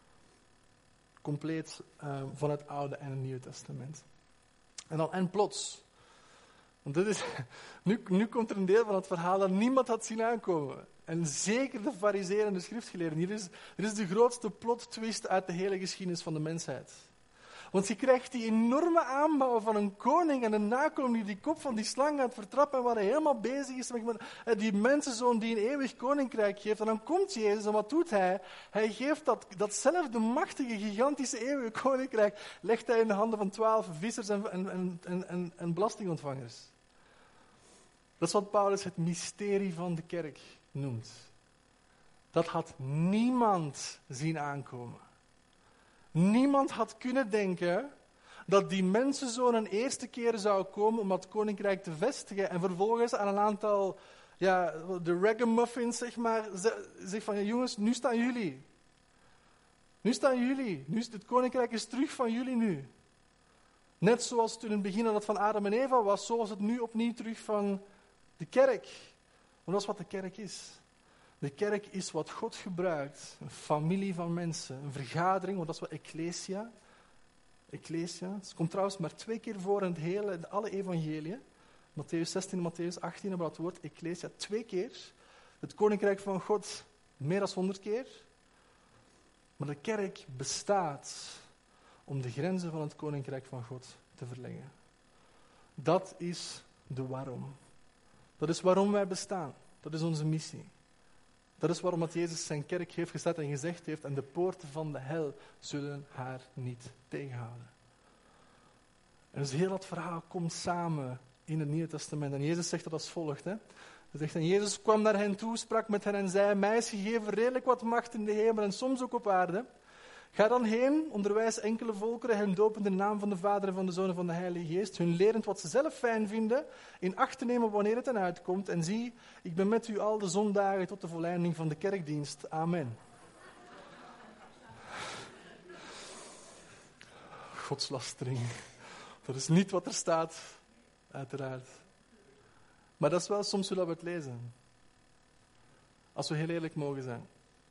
Speaker 1: Compleet uh, van het Oude en het Nieuwe Testament. En dan, en plots. Want dit is, nu, nu komt er een deel van het verhaal dat niemand had zien aankomen. En zeker de farizeeën en de schriftgeleerden. Hier is, hier is de grootste plot twist uit de hele geschiedenis van de mensheid. Want je krijgt die enorme aanbouw van een koning en een nakomer die die kop van die slang gaat vertrappen en waar hij helemaal bezig is met die mensenzoon die een eeuwig koninkrijk geeft. En dan komt Jezus en wat doet hij? Hij geeft dat, datzelfde machtige, gigantische eeuwige koninkrijk, legt hij in de handen van twaalf vissers en, en, en, en, en belastingontvangers. Dat is wat Paulus het mysterie van de kerk noemt. Dat had niemand zien aankomen. Niemand had kunnen denken dat die mensenzoon een eerste keer zou komen om dat koninkrijk te vestigen en vervolgens aan een aantal, ja, de ragamuffins, zeg maar, zeg van, ja, jongens, nu staan jullie. Nu staan jullie. Nu is het koninkrijk is terug van jullie nu. Net zoals het in het begin dat van Adam en Eva was, zoals het nu opnieuw terug van de kerk. Want dat is wat de kerk is. De kerk is wat God gebruikt. Een familie van mensen. Een vergadering, want dat is wat ecclesia. Ecclesia. Het komt trouwens maar twee keer voor in het hele, in alle evangeliën. Matthäus zestien en Matthäus achttien hebben dat woord ecclesia twee keer. Het koninkrijk van God meer dan honderd keer. Maar de kerk bestaat om de grenzen van het koninkrijk van God te verleggen. Dat is de waarom. Dat is waarom wij bestaan. Dat is onze missie. Dat is waarom dat Jezus zijn kerk heeft gezet en gezegd heeft, en de poorten van de hel zullen haar niet tegenhouden. En dus heel dat verhaal komt samen in het Nieuwe Testament. En Jezus zegt dat als volgt. Hè? Hij zegt, en Jezus kwam naar hen toe, sprak met hen en zei, mij is gegeven redelijk wat macht in de hemel en soms ook op aarde. Ga dan heen, onderwijs enkele volkeren, hen dopend in de naam van de Vader en van de Zoon en van de Heilige Geest, hun lerend wat ze zelf fijn vinden, in acht te nemen wanneer het hen uitkomt. En zie, ik ben met u al de zondagen tot de volleinding van de kerkdienst. Amen. Godslastering. Dat is niet wat er staat, uiteraard. Maar dat is wel soms hoe we het lezen. Als we heel eerlijk mogen zijn.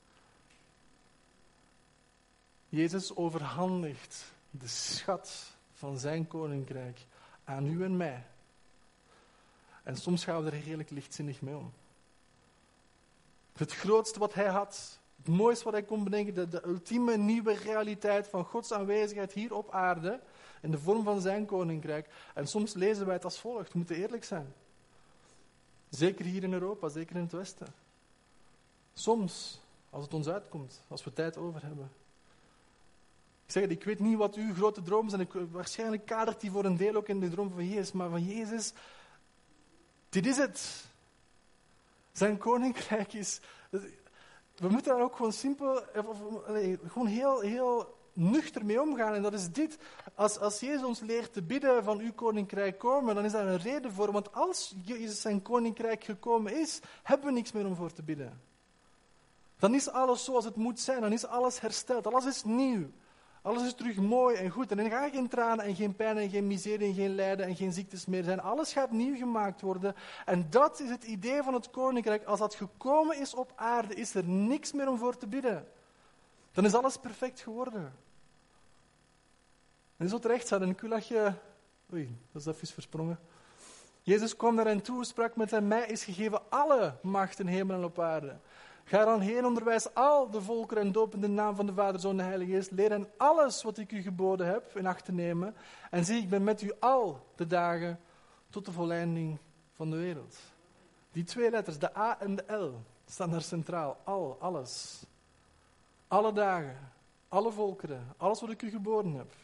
Speaker 1: Jezus overhandigt de schat van zijn koninkrijk aan u en mij. En soms gaan we er redelijk lichtzinnig mee om. Het grootste wat hij had, het mooiste wat hij kon bedenken, de, de ultieme nieuwe realiteit van Gods aanwezigheid hier op aarde, in de vorm van zijn koninkrijk. En soms lezen wij het als volgt, we moeten eerlijk zijn. Zeker hier in Europa, zeker in het Westen. Soms, als het ons uitkomt, als we tijd over hebben. Ik zeg het, ik weet niet wat uw grote droom is en ik, waarschijnlijk kadert die voor een deel ook in de droom van Jezus, maar van Jezus, dit is het. Zijn koninkrijk is... We moeten daar ook gewoon simpel, of, of, allez, gewoon heel, heel nuchter mee omgaan. En dat is dit. Als, als Jezus ons leert te bidden van uw koninkrijk komen, dan is daar een reden voor. Want als Jezus zijn koninkrijk gekomen is, hebben we niks meer om voor te bidden. Dan is alles zoals het moet zijn. Dan is alles hersteld. Alles is nieuw. Alles is terug mooi en goed. En dan gaan geen tranen en geen pijn en geen miserie en geen lijden en geen ziektes meer zijn. Alles gaat nieuw gemaakt worden. En dat is het idee van het koninkrijk. Als dat gekomen is op aarde, is er niks meer om voor te bidden. Dan is alles perfect geworden. En zo terecht staat een kulachje... Oei, dat is even versprongen. Jezus kwam naar hen toe, sprak met hen, mij is gegeven alle macht in hemel en op aarde. Ga dan heen, onderwijs al de volkeren en doop in de naam van de Vader, Zoon en de Heilige Geest. Leer hen alles wat ik u geboden heb in acht te nemen. En zie, ik ben met u al de dagen tot de volleinding van de wereld. Die twee letters, de A en de L, staan daar centraal. Al, alles. Alle dagen, alle volkeren, alles wat ik u geboden heb.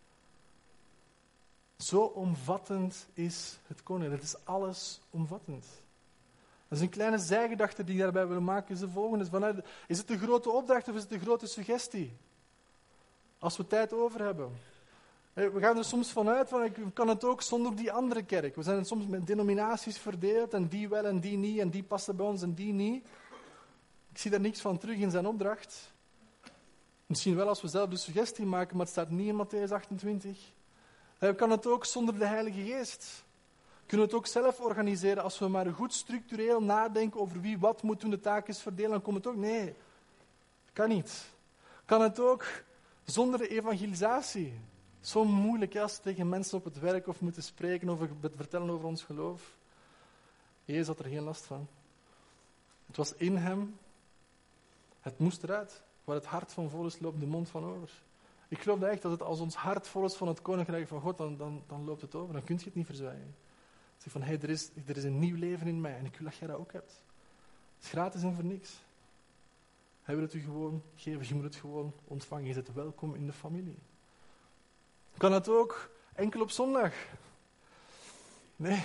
Speaker 1: Zo omvattend is het koninkrijk. Het is alles omvattend. Dat is een kleine zijgedachte die ik daarbij wil maken, is de volgende. Vanuit, is het een grote opdracht of is het een grote suggestie? Als we tijd over hebben. We gaan er soms vanuit van, ik kan het ook zonder die andere kerk. We zijn soms met denominaties verdeeld en die wel en die niet en die passen bij ons en die niet. Ik zie daar niks van terug in zijn opdracht. Misschien wel als we zelf de suggestie maken, maar het staat niet in Matthäus achtentwintig. Kan het ook zonder de Heilige Geest? Kunnen we het ook zelf organiseren als we maar goed structureel nadenken over wie wat moet doen, de taak is verdelen, dan komt het ook? Nee, kan niet. Kan het ook zonder de evangelisatie? Zo moeilijk als we tegen mensen op het werk of moeten spreken of vertellen over ons geloof. Jezus had er geen last van. Het was in hem. Het moest eruit. Waar het hart van vol is, loopt de mond van over. Ik geloof echt dat het, als ons hart vol is van het koninkrijk van God, dan, dan, dan loopt het over. Dan kun je het niet verzwijgen. Zeg van, hé, hey, er, is, er is een nieuw leven in mij en ik wil dat jij dat ook hebt. Het is gratis en voor niks. Hij wil het u gewoon geven, je moet het gewoon ontvangen. Je bent welkom in de familie. Kan het ook enkel op zondag? Nee.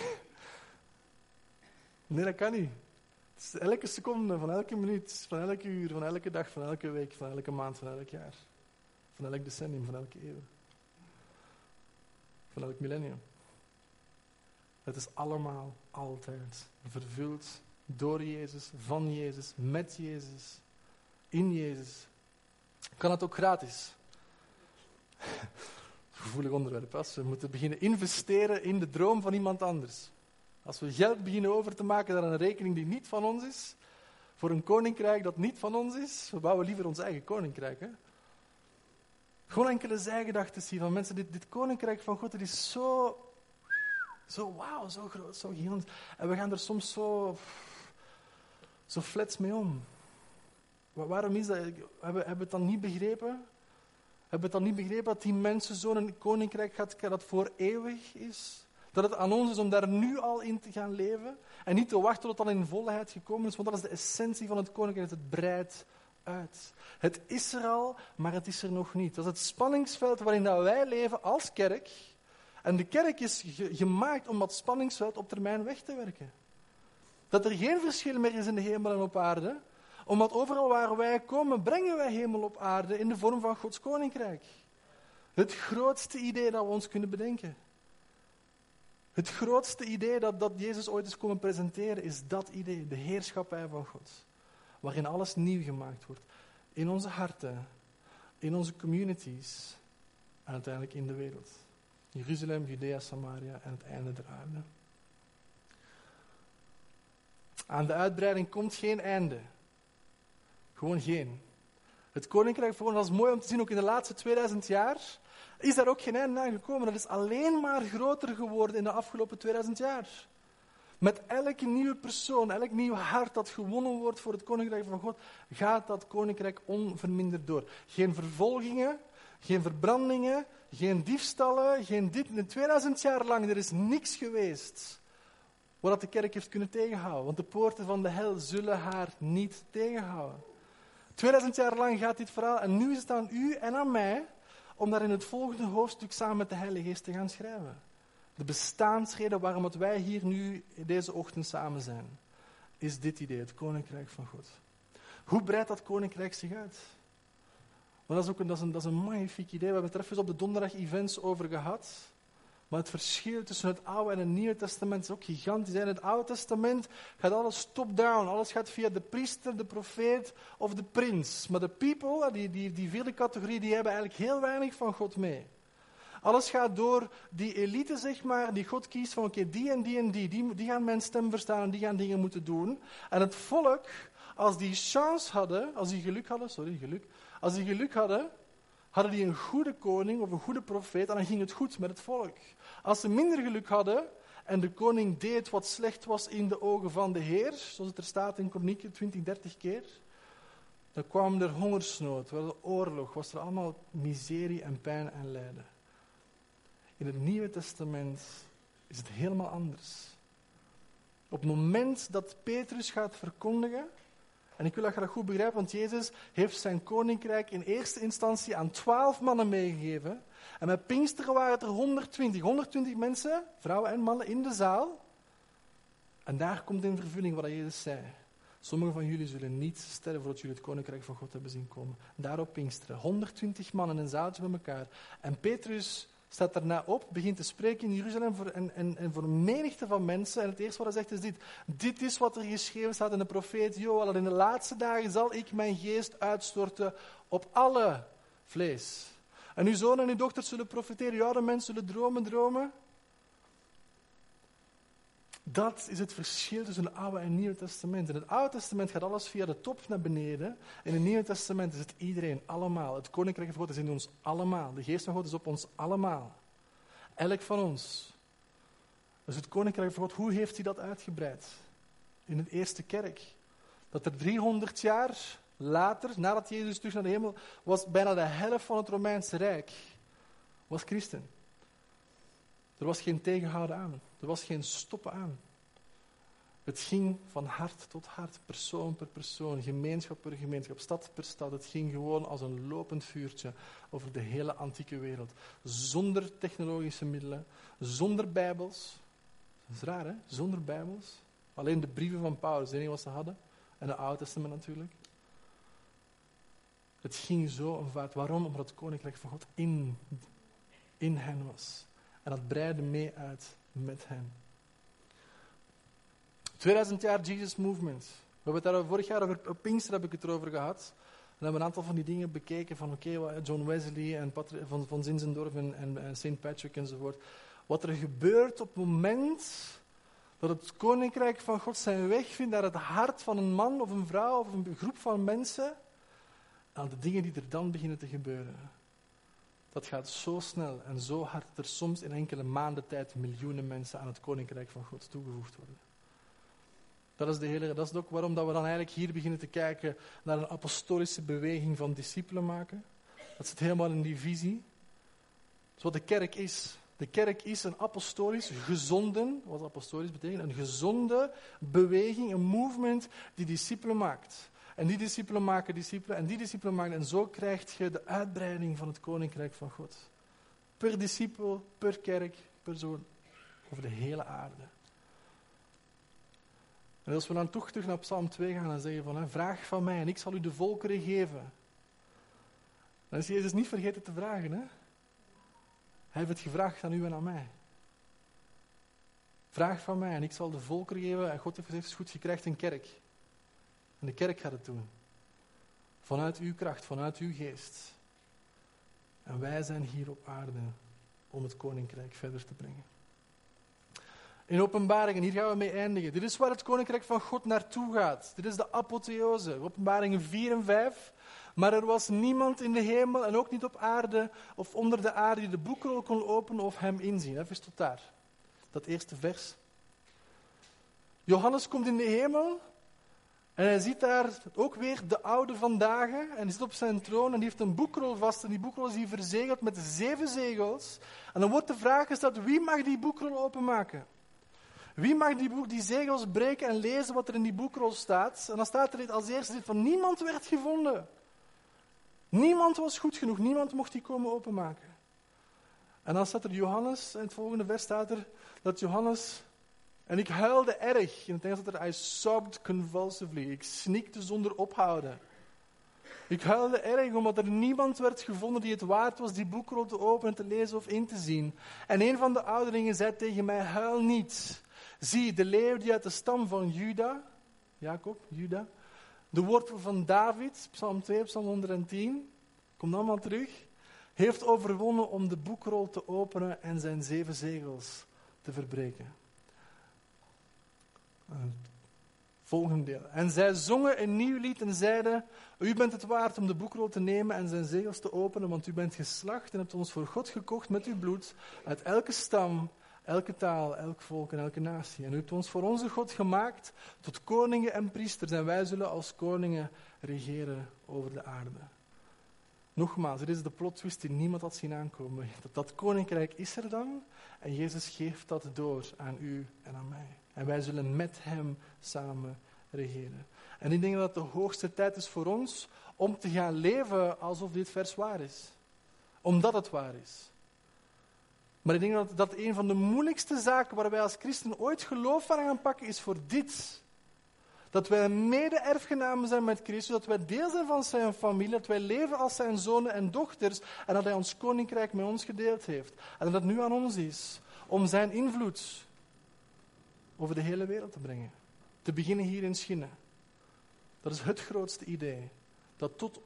Speaker 1: Nee, dat kan niet. Het is elke seconde, van elke minuut, van elke uur, van elke dag, van elke week, van elke maand, van elk jaar. Van elk decennium, van elke eeuw. Van elk millennium. Het is allemaal altijd vervuld door Jezus, van Jezus, met Jezus, in Jezus. Kan het ook gratis? Gevoelig onderwerp. Als we moeten beginnen investeren in de droom van iemand anders. Als we geld beginnen over te maken naar een rekening die niet van ons is, voor een koninkrijk dat niet van ons is, we bouwen liever ons eigen koninkrijk. Hè? Gewoon enkele zijgedachten zien van mensen, dit, dit koninkrijk van God, het is zo, zo wauw, zo groot, zo gigantisch. En we gaan er soms zo, zo flats mee om. Waarom is dat? Hebben, hebben we het dan niet begrepen? Hebben we het dan niet begrepen dat die mensen zo'n koninkrijk gaat, dat voor eeuwig is? Dat het aan ons is om daar nu al in te gaan leven en niet te wachten tot het dan in volheid gekomen is, want dat is de essentie van het koninkrijk. Het breidt uit. Het is er al, maar het is er nog niet. Dat is het spanningsveld waarin dat wij leven als kerk. En de kerk is ge- gemaakt om dat spanningsveld op termijn weg te werken. Dat er geen verschil meer is in de hemel en op aarde, omdat overal waar wij komen, brengen wij hemel op aarde in de vorm van Gods koninkrijk. Het grootste idee dat we ons kunnen bedenken. Het grootste idee dat, dat Jezus ooit is komen presenteren, is dat idee, de heerschappij van God. Waarin alles nieuw gemaakt wordt. In onze harten, in onze communities en uiteindelijk in de wereld. Jeruzalem, Judea, Samaria en het einde der aarde. Aan de uitbreiding komt geen einde. Gewoon geen. Het koninkrijk voor ons, dat is mooi om te zien, ook in de laatste tweeduizend jaar, is daar ook geen einde aan gekomen. Dat is alleen maar groter geworden in de afgelopen tweeduizend jaar. Met elke nieuwe persoon, elk nieuw hart dat gewonnen wordt voor het koninkrijk van God, gaat dat koninkrijk onverminderd door. Geen vervolgingen, geen verbrandingen, geen diefstallen, geen dit. In tweeduizend jaar lang, er is niks geweest wat de kerk heeft kunnen tegenhouden. Want de poorten van de hel zullen haar niet tegenhouden. tweeduizend jaar lang gaat dit verhaal en nu is het aan u en aan mij om daar in het volgende hoofdstuk samen met de Heilige Geest te gaan schrijven. De bestaansreden waarom het wij hier nu deze ochtend samen zijn, is dit idee, het koninkrijk van God. Hoe breidt dat koninkrijk zich uit? Want dat is ook een, dat is een, dat is een magnifiek idee. We hebben het er even op de donderdag-events over gehad. Maar het verschil tussen het Oude en het Nieuwe Testament is ook gigantisch. In het Oude Testament gaat alles top-down. Alles gaat via de priester, de profeet of de prins. Maar de people, die, die, die vierde categorie, die hebben eigenlijk heel weinig van God mee. Alles gaat door die elite, zeg maar, die God kiest van oké, okay, die en die en die, die, die gaan mijn stem verstaan en die gaan dingen moeten doen. En het volk, als die chance hadden, als die geluk hadden, sorry, geluk, als die geluk hadden, hadden die een goede koning of een goede profeet en dan ging het goed met het volk. Als ze minder geluk hadden en de koning deed wat slecht was in de ogen van de Heer, zoals het er staat in Kronieken twintig, dertig keer, dan kwam er hongersnood, was er oorlog, was er allemaal miserie en pijn en lijden. In het Nieuwe Testament is het helemaal anders. Op het moment dat Petrus gaat verkondigen, en ik wil dat je dat goed begrijpen, want Jezus heeft zijn koninkrijk in eerste instantie aan twaalf mannen meegegeven. En met Pinksteren waren het er honderdtwintig. honderdtwintig mensen, vrouwen en mannen, in de zaal. En daar komt in vervulling wat Jezus zei. Sommigen van jullie zullen niet sterven voordat jullie het koninkrijk van God hebben zien komen. Daarop Pinksteren. honderdtwintig mannen in een zaaltje bij elkaar. En Petrus staat daarna op, begint te spreken in Jeruzalem voor, en, en, en voor een menigte van mensen. En het eerste wat hij zegt is dit. Dit is wat er geschreven staat in de profeet Joël. Dat in de laatste dagen zal ik mijn geest uitstorten op alle vlees. En uw zonen en uw dochters zullen profeteren, uw oude mensen zullen dromen, dromen. Dat is het verschil tussen het Oude en het Nieuwe Testament. In het Oude Testament gaat alles via de top naar beneden. In het Nieuwe Testament is het iedereen, allemaal. Het Koninkrijk van God is in ons allemaal. De Geest van God is op ons allemaal. Elk van ons. Dus het Koninkrijk van God, hoe heeft hij dat uitgebreid? In de eerste kerk. Dat er driehonderd jaar later, nadat Jezus terug naar de hemel, was bijna de helft van het Romeinse Rijk. Was christen. Er was geen tegenhouden aan. Er was geen stoppen aan. Het ging van hart tot hart, persoon per persoon, gemeenschap per gemeenschap, stad per stad. Het ging gewoon als een lopend vuurtje over de hele antieke wereld. Zonder technologische middelen, zonder bijbels. Dat is raar, hè? Zonder bijbels. Alleen de brieven van Paulus, de enige wat ze hadden. En het Oude Testament natuurlijk. Het ging zo een vaart. Waarom? Omdat het Koninkrijk van God in, in hen was. En dat breidde mee uit met hen. tweeduizend jaar Jesus Movement. We hebben het daar vorig jaar over, op Pinkster heb ik het erover gehad. We hebben een aantal van die dingen bekeken van oké, okay, John Wesley en Patri- van, van Zinzendorf en, en, en Saint Patrick enzovoort. Wat er gebeurt op het moment dat het Koninkrijk van God zijn weg vindt naar het hart van een man of een vrouw of een groep van mensen. En de dingen die er dan beginnen te gebeuren. Dat gaat zo snel en zo hard dat er soms in enkele maanden tijd miljoenen mensen aan het Koninkrijk van God toegevoegd worden. Dat is, de hele, dat is ook waarom dat we dan eigenlijk hier beginnen te kijken naar een apostolische beweging van discipelen maken. Dat zit helemaal in die visie. Dat is wat de kerk is. De kerk is een apostolisch, gezonden, wat apostolisch betekent, een gezonde beweging, een movement die discipelen maakt. En die discipelen maken discipelen en die discipelen maken. En zo krijg je de uitbreiding van het Koninkrijk van God. Per discipel, per kerk, per zoon, over de hele aarde. En als we dan toch terug naar Psalm twee gaan en zeggen van, hè, vraag van mij en ik zal u de volkeren geven. Dan is Jezus niet vergeten te vragen. Hè? Hij heeft het gevraagd aan u en aan mij. Vraag van mij en ik zal de volkeren geven. En God heeft gezegd, is goed, je krijgt een kerk. En de kerk gaat het doen. Vanuit uw kracht, vanuit uw geest. En wij zijn hier op aarde om het Koninkrijk verder te brengen. In Openbaringen, hier gaan we mee eindigen. Dit is waar het Koninkrijk van God naartoe gaat. Dit is de apotheose. Openbaringen vier en vijf. Maar er was niemand in de hemel en ook niet op aarde of onder de aarde die de boekrol kon openen of hem inzien. Even tot daar. Dat eerste vers. Johannes komt in de hemel en hij ziet daar ook weer de oude van dagen. En hij zit op zijn troon en die heeft een boekrol vast. En die boekrol is hier verzegeld met zeven zegels. En dan wordt de vraag gesteld, wie mag die boekrol openmaken? Wie mag die, boek, die zegels breken en lezen wat er in die boekrol staat? En dan staat er als eerste van niemand werd gevonden. Niemand was goed genoeg, niemand mocht die komen openmaken. En dan staat er Johannes, in het volgende vers staat er dat Johannes, en ik huilde erg. In het Engels staat er, I sobbed convulsively. Ik snikte zonder ophouden. Ik huilde erg omdat er niemand werd gevonden die het waard was die boekrol te openen, te lezen of in te zien. En een van de ouderlingen zei tegen mij, huil niet. Zie, de leeuw die uit de stam van Juda, Jacob, Juda, de wortel van David, Psalm twee, Psalm honderdtien, komt allemaal terug, heeft overwonnen om de boekrol te openen en zijn zeven zegels te verbreken. Volgende deel. En zij zongen een nieuw lied en zeiden, u bent het waard om de boekrol te nemen en zijn zegels te openen, want u bent geslacht en hebt ons voor God gekocht met uw bloed, uit elke stam, elke taal, elk volk en elke natie. En u hebt ons voor onze God gemaakt tot koningen en priesters en wij zullen als koningen regeren over de aarde. Nogmaals, dit is de plot twist die niemand had zien aankomen. Dat, dat koninkrijk is er dan en Jezus geeft dat door aan u en aan mij. En wij zullen met hem samen regeren. En ik denk dat het de hoogste tijd is voor ons om te gaan leven alsof dit vers waar is. Omdat het waar is. Maar ik denk dat dat een van de moeilijkste zaken waar wij als christen ooit geloof van gaan pakken is voor dit. Dat wij mede-erfgenamen zijn met Christus, dat wij deel zijn van zijn familie, dat wij leven als zijn zonen en dochters en dat hij ons koninkrijk met ons gedeeld heeft. En dat het nu aan ons is om zijn invloed over de hele wereld te brengen. Te beginnen hier in Schinnen. Dat is het grootste idee. Dat tot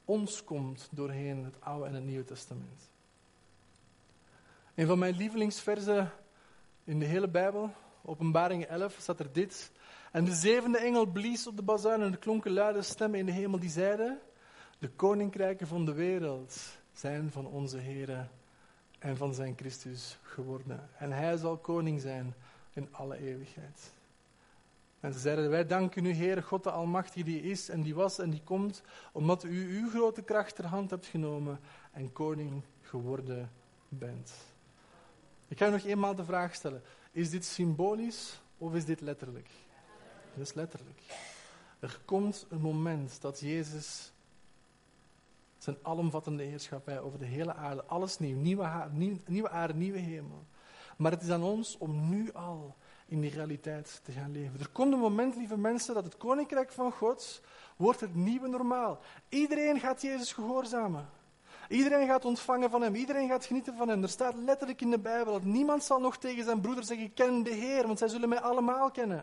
Speaker 1: ons komt doorheen het Oude en het Nieuwe Testament. Een van mijn lievelingsversen in de hele Bijbel, Openbaring elf, staat er dit. En de zevende engel blies op de bazuin en er klonken luide stemmen in de hemel die zeiden: de koninkrijken van de wereld zijn van onze Heere en van zijn Christus geworden. En hij zal koning zijn in alle eeuwigheid. En ze zeiden: wij danken u, Heere God de Almachtige, die is en die was en die komt, omdat u uw grote kracht ter hand hebt genomen en koning geworden bent. Ik ga u nog eenmaal de vraag stellen: is dit symbolisch of is dit letterlijk? Het is letterlijk. Er komt een moment dat Jezus zijn alomvattende heerschappij over de hele aarde, alles nieuw, nieuwe, ha- nieuw, nieuwe aarde, nieuwe hemel. Maar het is aan ons om nu al in die realiteit te gaan leven. Er komt een moment, lieve mensen, dat het koninkrijk van God wordt het nieuwe normaal. Iedereen gaat Jezus gehoorzamen. Iedereen gaat ontvangen van hem. Iedereen gaat genieten van hem. Er staat letterlijk in de Bijbel dat niemand zal nog tegen zijn broeder zeggen: ik ken de Heer, want zij zullen mij allemaal kennen.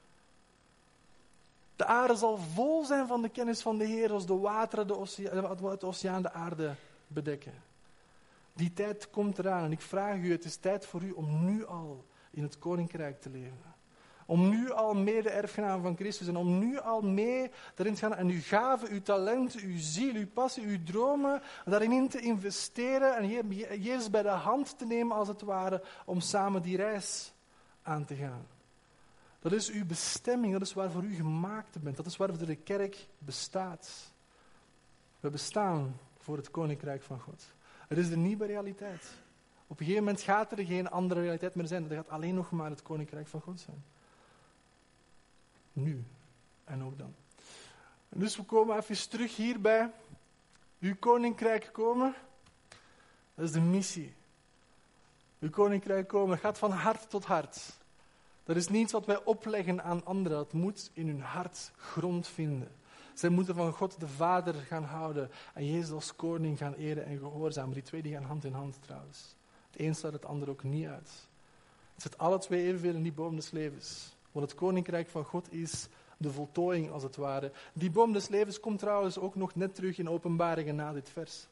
Speaker 1: De aarde zal vol zijn van de kennis van de Heer, als de wateren de oceaan, het oceaan de aarde bedekken. Die tijd komt eraan en ik vraag u, het is tijd voor u om nu al in het koninkrijk te leven. Om nu al mede-erfgenaam van Christus en om nu al mee daarin te gaan en uw gaven, uw talenten, uw ziel, uw passie, uw dromen, daarin te investeren en Jezus bij de hand te nemen als het ware, om samen die reis aan te gaan. Dat is uw bestemming, dat is waarvoor u gemaakt bent, dat is waarvoor de kerk bestaat. We bestaan voor het koninkrijk van God. Het is de nieuwe realiteit. Op een gegeven moment gaat er geen andere realiteit meer zijn, er gaat alleen nog maar het koninkrijk van God zijn. Nu en ook dan. En dus we komen even terug hierbij. Uw koninkrijk komen, dat is de missie. Uw koninkrijk komen, dat gaat van hart tot hart. Dat is niets wat wij opleggen aan anderen, dat moet in hun hart grond vinden. Zij moeten van God de Vader gaan houden en Jezus als koning gaan eren en gehoorzamen. Die twee die gaan hand in hand trouwens. Het een sluit het ander ook niet uit. Het zit alle twee evenveel in die boom des levens. Want het koninkrijk van God is de voltooiing als het ware. Die boom des levens komt trouwens ook nog net terug in Openbaringen na dit vers.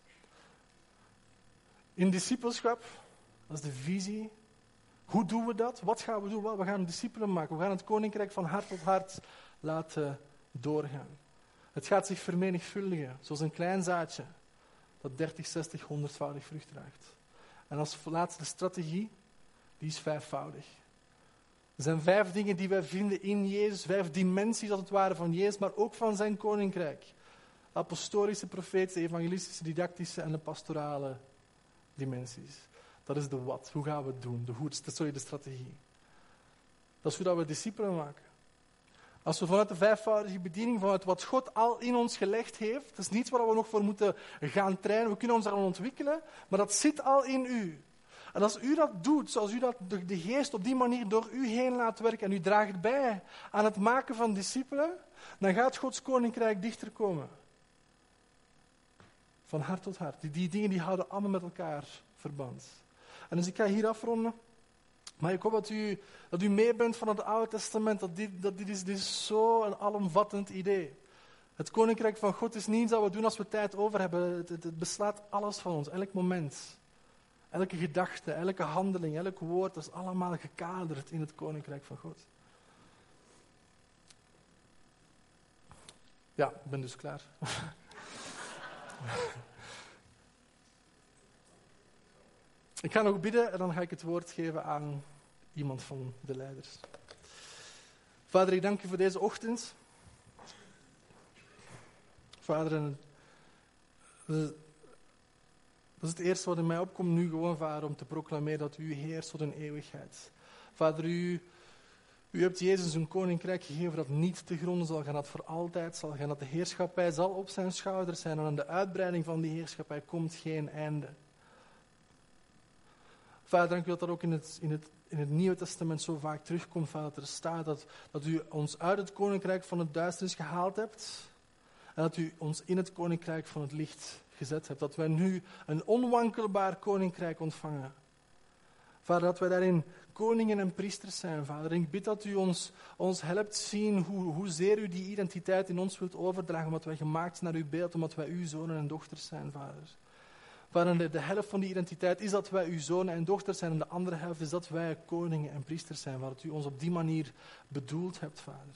Speaker 1: In discipelschap, dat is de visie. Hoe doen we dat? Wat gaan we doen? Wel, we gaan discipelen maken. We gaan het koninkrijk van hart tot hart laten doorgaan. Het gaat zich vermenigvuldigen, zoals een klein zaadje dat dertig, zestig, honderdvoudig vrucht draagt. En als laatste strategie, die is vijfvoudig. Er zijn vijf dingen die wij vinden in Jezus, vijf dimensies als het ware van Jezus, maar ook van zijn koninkrijk. De apostolische, profetische, evangelistische, didactische en de pastorale dimensies. Dat is de wat. Hoe gaan we het doen? De hoe, sorry, de strategie. Dat is hoe dat we discipelen maken. Als we vanuit de vijfvoudige bediening, vanuit wat God al in ons gelegd heeft, dat is niets waar we nog voor moeten gaan trainen, we kunnen ons daaraan ontwikkelen, maar dat zit al in u. En als u dat doet, zoals u dat, de geest op die manier door u heen laat werken en u draagt bij aan het maken van discipelen, dan gaat Gods koninkrijk dichter komen. Van hart tot hart. Die, die dingen die houden allemaal met elkaar verband. En dus ik ga hier afronden. Maar ik hoop dat u, dat u mee bent van het Oude Testament. Dat dit, dat dit is, dit is zo'n alomvattend idee. Het koninkrijk van God is niet iets dat we doen als we tijd over hebben. Het, het, het beslaat alles van ons, elk moment. Elke gedachte, elke handeling, elk woord, dat is allemaal gekaderd in het koninkrijk van God. Ja, ik ben dus klaar. Ik ga nog bidden en dan ga ik het woord geven aan iemand van de leiders. Vader, ik dank u voor deze ochtend. Vader, dat is het eerste wat in mij opkomt nu gewoon, Vader, om te proclameren dat u heerst tot een eeuwigheid. Vader, u, u hebt Jezus een koninkrijk gegeven dat niet te gronden zal gaan, dat voor altijd zal gaan, dat de heerschappij zal op zijn schouders zijn en aan de uitbreiding van die heerschappij komt geen einde. Vader, dank u dat dat ook in het, in het, in het Nieuwe Testament zo vaak terugkomt, Vader, dat er staat dat, dat u ons uit het koninkrijk van het duisternis gehaald hebt en dat u ons in het koninkrijk van het licht gezet hebt. Dat wij nu een onwankelbaar koninkrijk ontvangen. Vader, dat wij daarin koningen en priesters zijn, Vader. En ik bid dat u ons, ons helpt zien hoe, hoezeer u die identiteit in ons wilt overdragen, omdat wij gemaakt zijn naar uw beeld, omdat wij uw zonen en dochters zijn, Vader. Vader, de, de helft van die identiteit is dat wij uw zonen en dochters zijn, en de andere helft is dat wij koningen en priesters zijn, Vader. Dat u ons op die manier bedoeld hebt, Vader.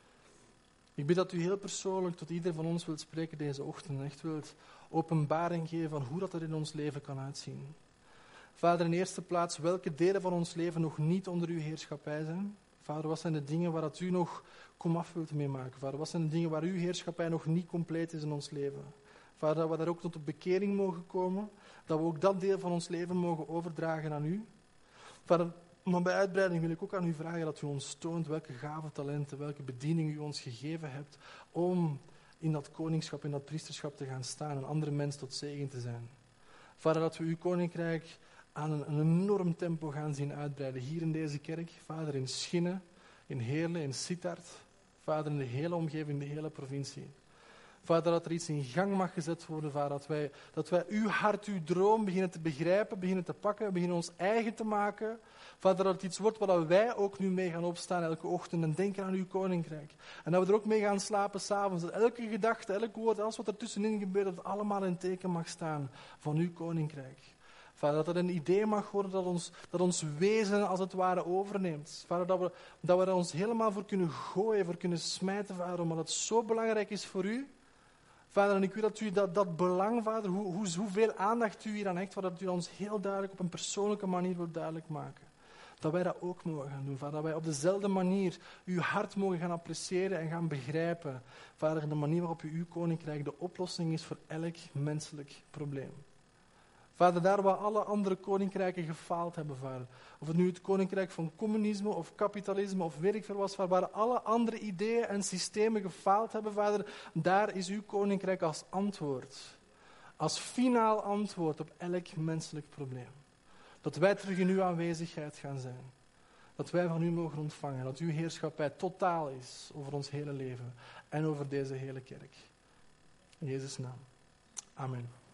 Speaker 1: Ik bid dat u heel persoonlijk tot ieder van ons wilt spreken deze ochtend en echt wilt openbaring geven van hoe dat er in ons leven kan uitzien. Vader, in eerste plaats, welke delen van ons leven nog niet onder uw heerschappij zijn? Vader, wat zijn de dingen waar dat u nog komaf wilt meemaken? Vader, wat zijn de dingen waar uw heerschappij nog niet compleet is in ons leven? Vader, dat we daar ook tot de bekering mogen komen, dat we ook dat deel van ons leven mogen overdragen aan u. Vader, maar bij uitbreiding wil ik ook aan u vragen dat u ons toont welke gaven, talenten, welke bediening u ons gegeven hebt om in dat koningschap, in dat priesterschap te gaan staan en andere mensen tot zegen te zijn. Vader, dat we uw koninkrijk aan een, een enorm tempo gaan zien uitbreiden. Hier in deze kerk, Vader, in Schinnen, in Heerlen, in Sittard. Vader, in de hele omgeving, de hele provincie. Vader, dat er iets in gang mag gezet worden, Vader. Dat wij, dat wij uw hart, uw droom beginnen te begrijpen, beginnen te pakken, beginnen ons eigen te maken. Vader, dat het iets wordt waar wij ook nu mee gaan opstaan elke ochtend en denken aan uw koninkrijk. En dat we er ook mee gaan slapen s'avonds. Dat elke gedachte, elk woord, alles wat er tussenin gebeurt, dat het allemaal in teken mag staan van uw koninkrijk. Vader, dat het een idee mag worden dat ons, dat ons wezen als het ware overneemt. Vader, dat we, dat we er ons helemaal voor kunnen gooien, voor kunnen smijten, Vader, omdat het zo belangrijk is voor u. Vader, en ik wil dat u dat, dat belang, Vader, hoe, hoe, hoeveel aandacht u hier aan hecht, Vader, dat u dat ons heel duidelijk op een persoonlijke manier wilt duidelijk maken. Dat wij dat ook mogen gaan doen, Vader. Dat wij op dezelfde manier uw hart mogen gaan appreciëren en gaan begrijpen. Vader, de manier waarop u uw koninkrijk de oplossing is voor elk menselijk probleem. Vader, daar waar alle andere koninkrijken gefaald hebben, Vader. Of het nu het koninkrijk van communisme of kapitalisme of weet ik veel was, Vader, waar alle andere ideeën en systemen gefaald hebben, Vader, daar is uw koninkrijk als antwoord. Als finaal antwoord op elk menselijk probleem. Dat wij terug in uw aanwezigheid gaan zijn. Dat wij van u mogen ontvangen. Dat uw heerschappij totaal is over ons hele leven en over deze hele kerk. In Jezus' naam. Amen.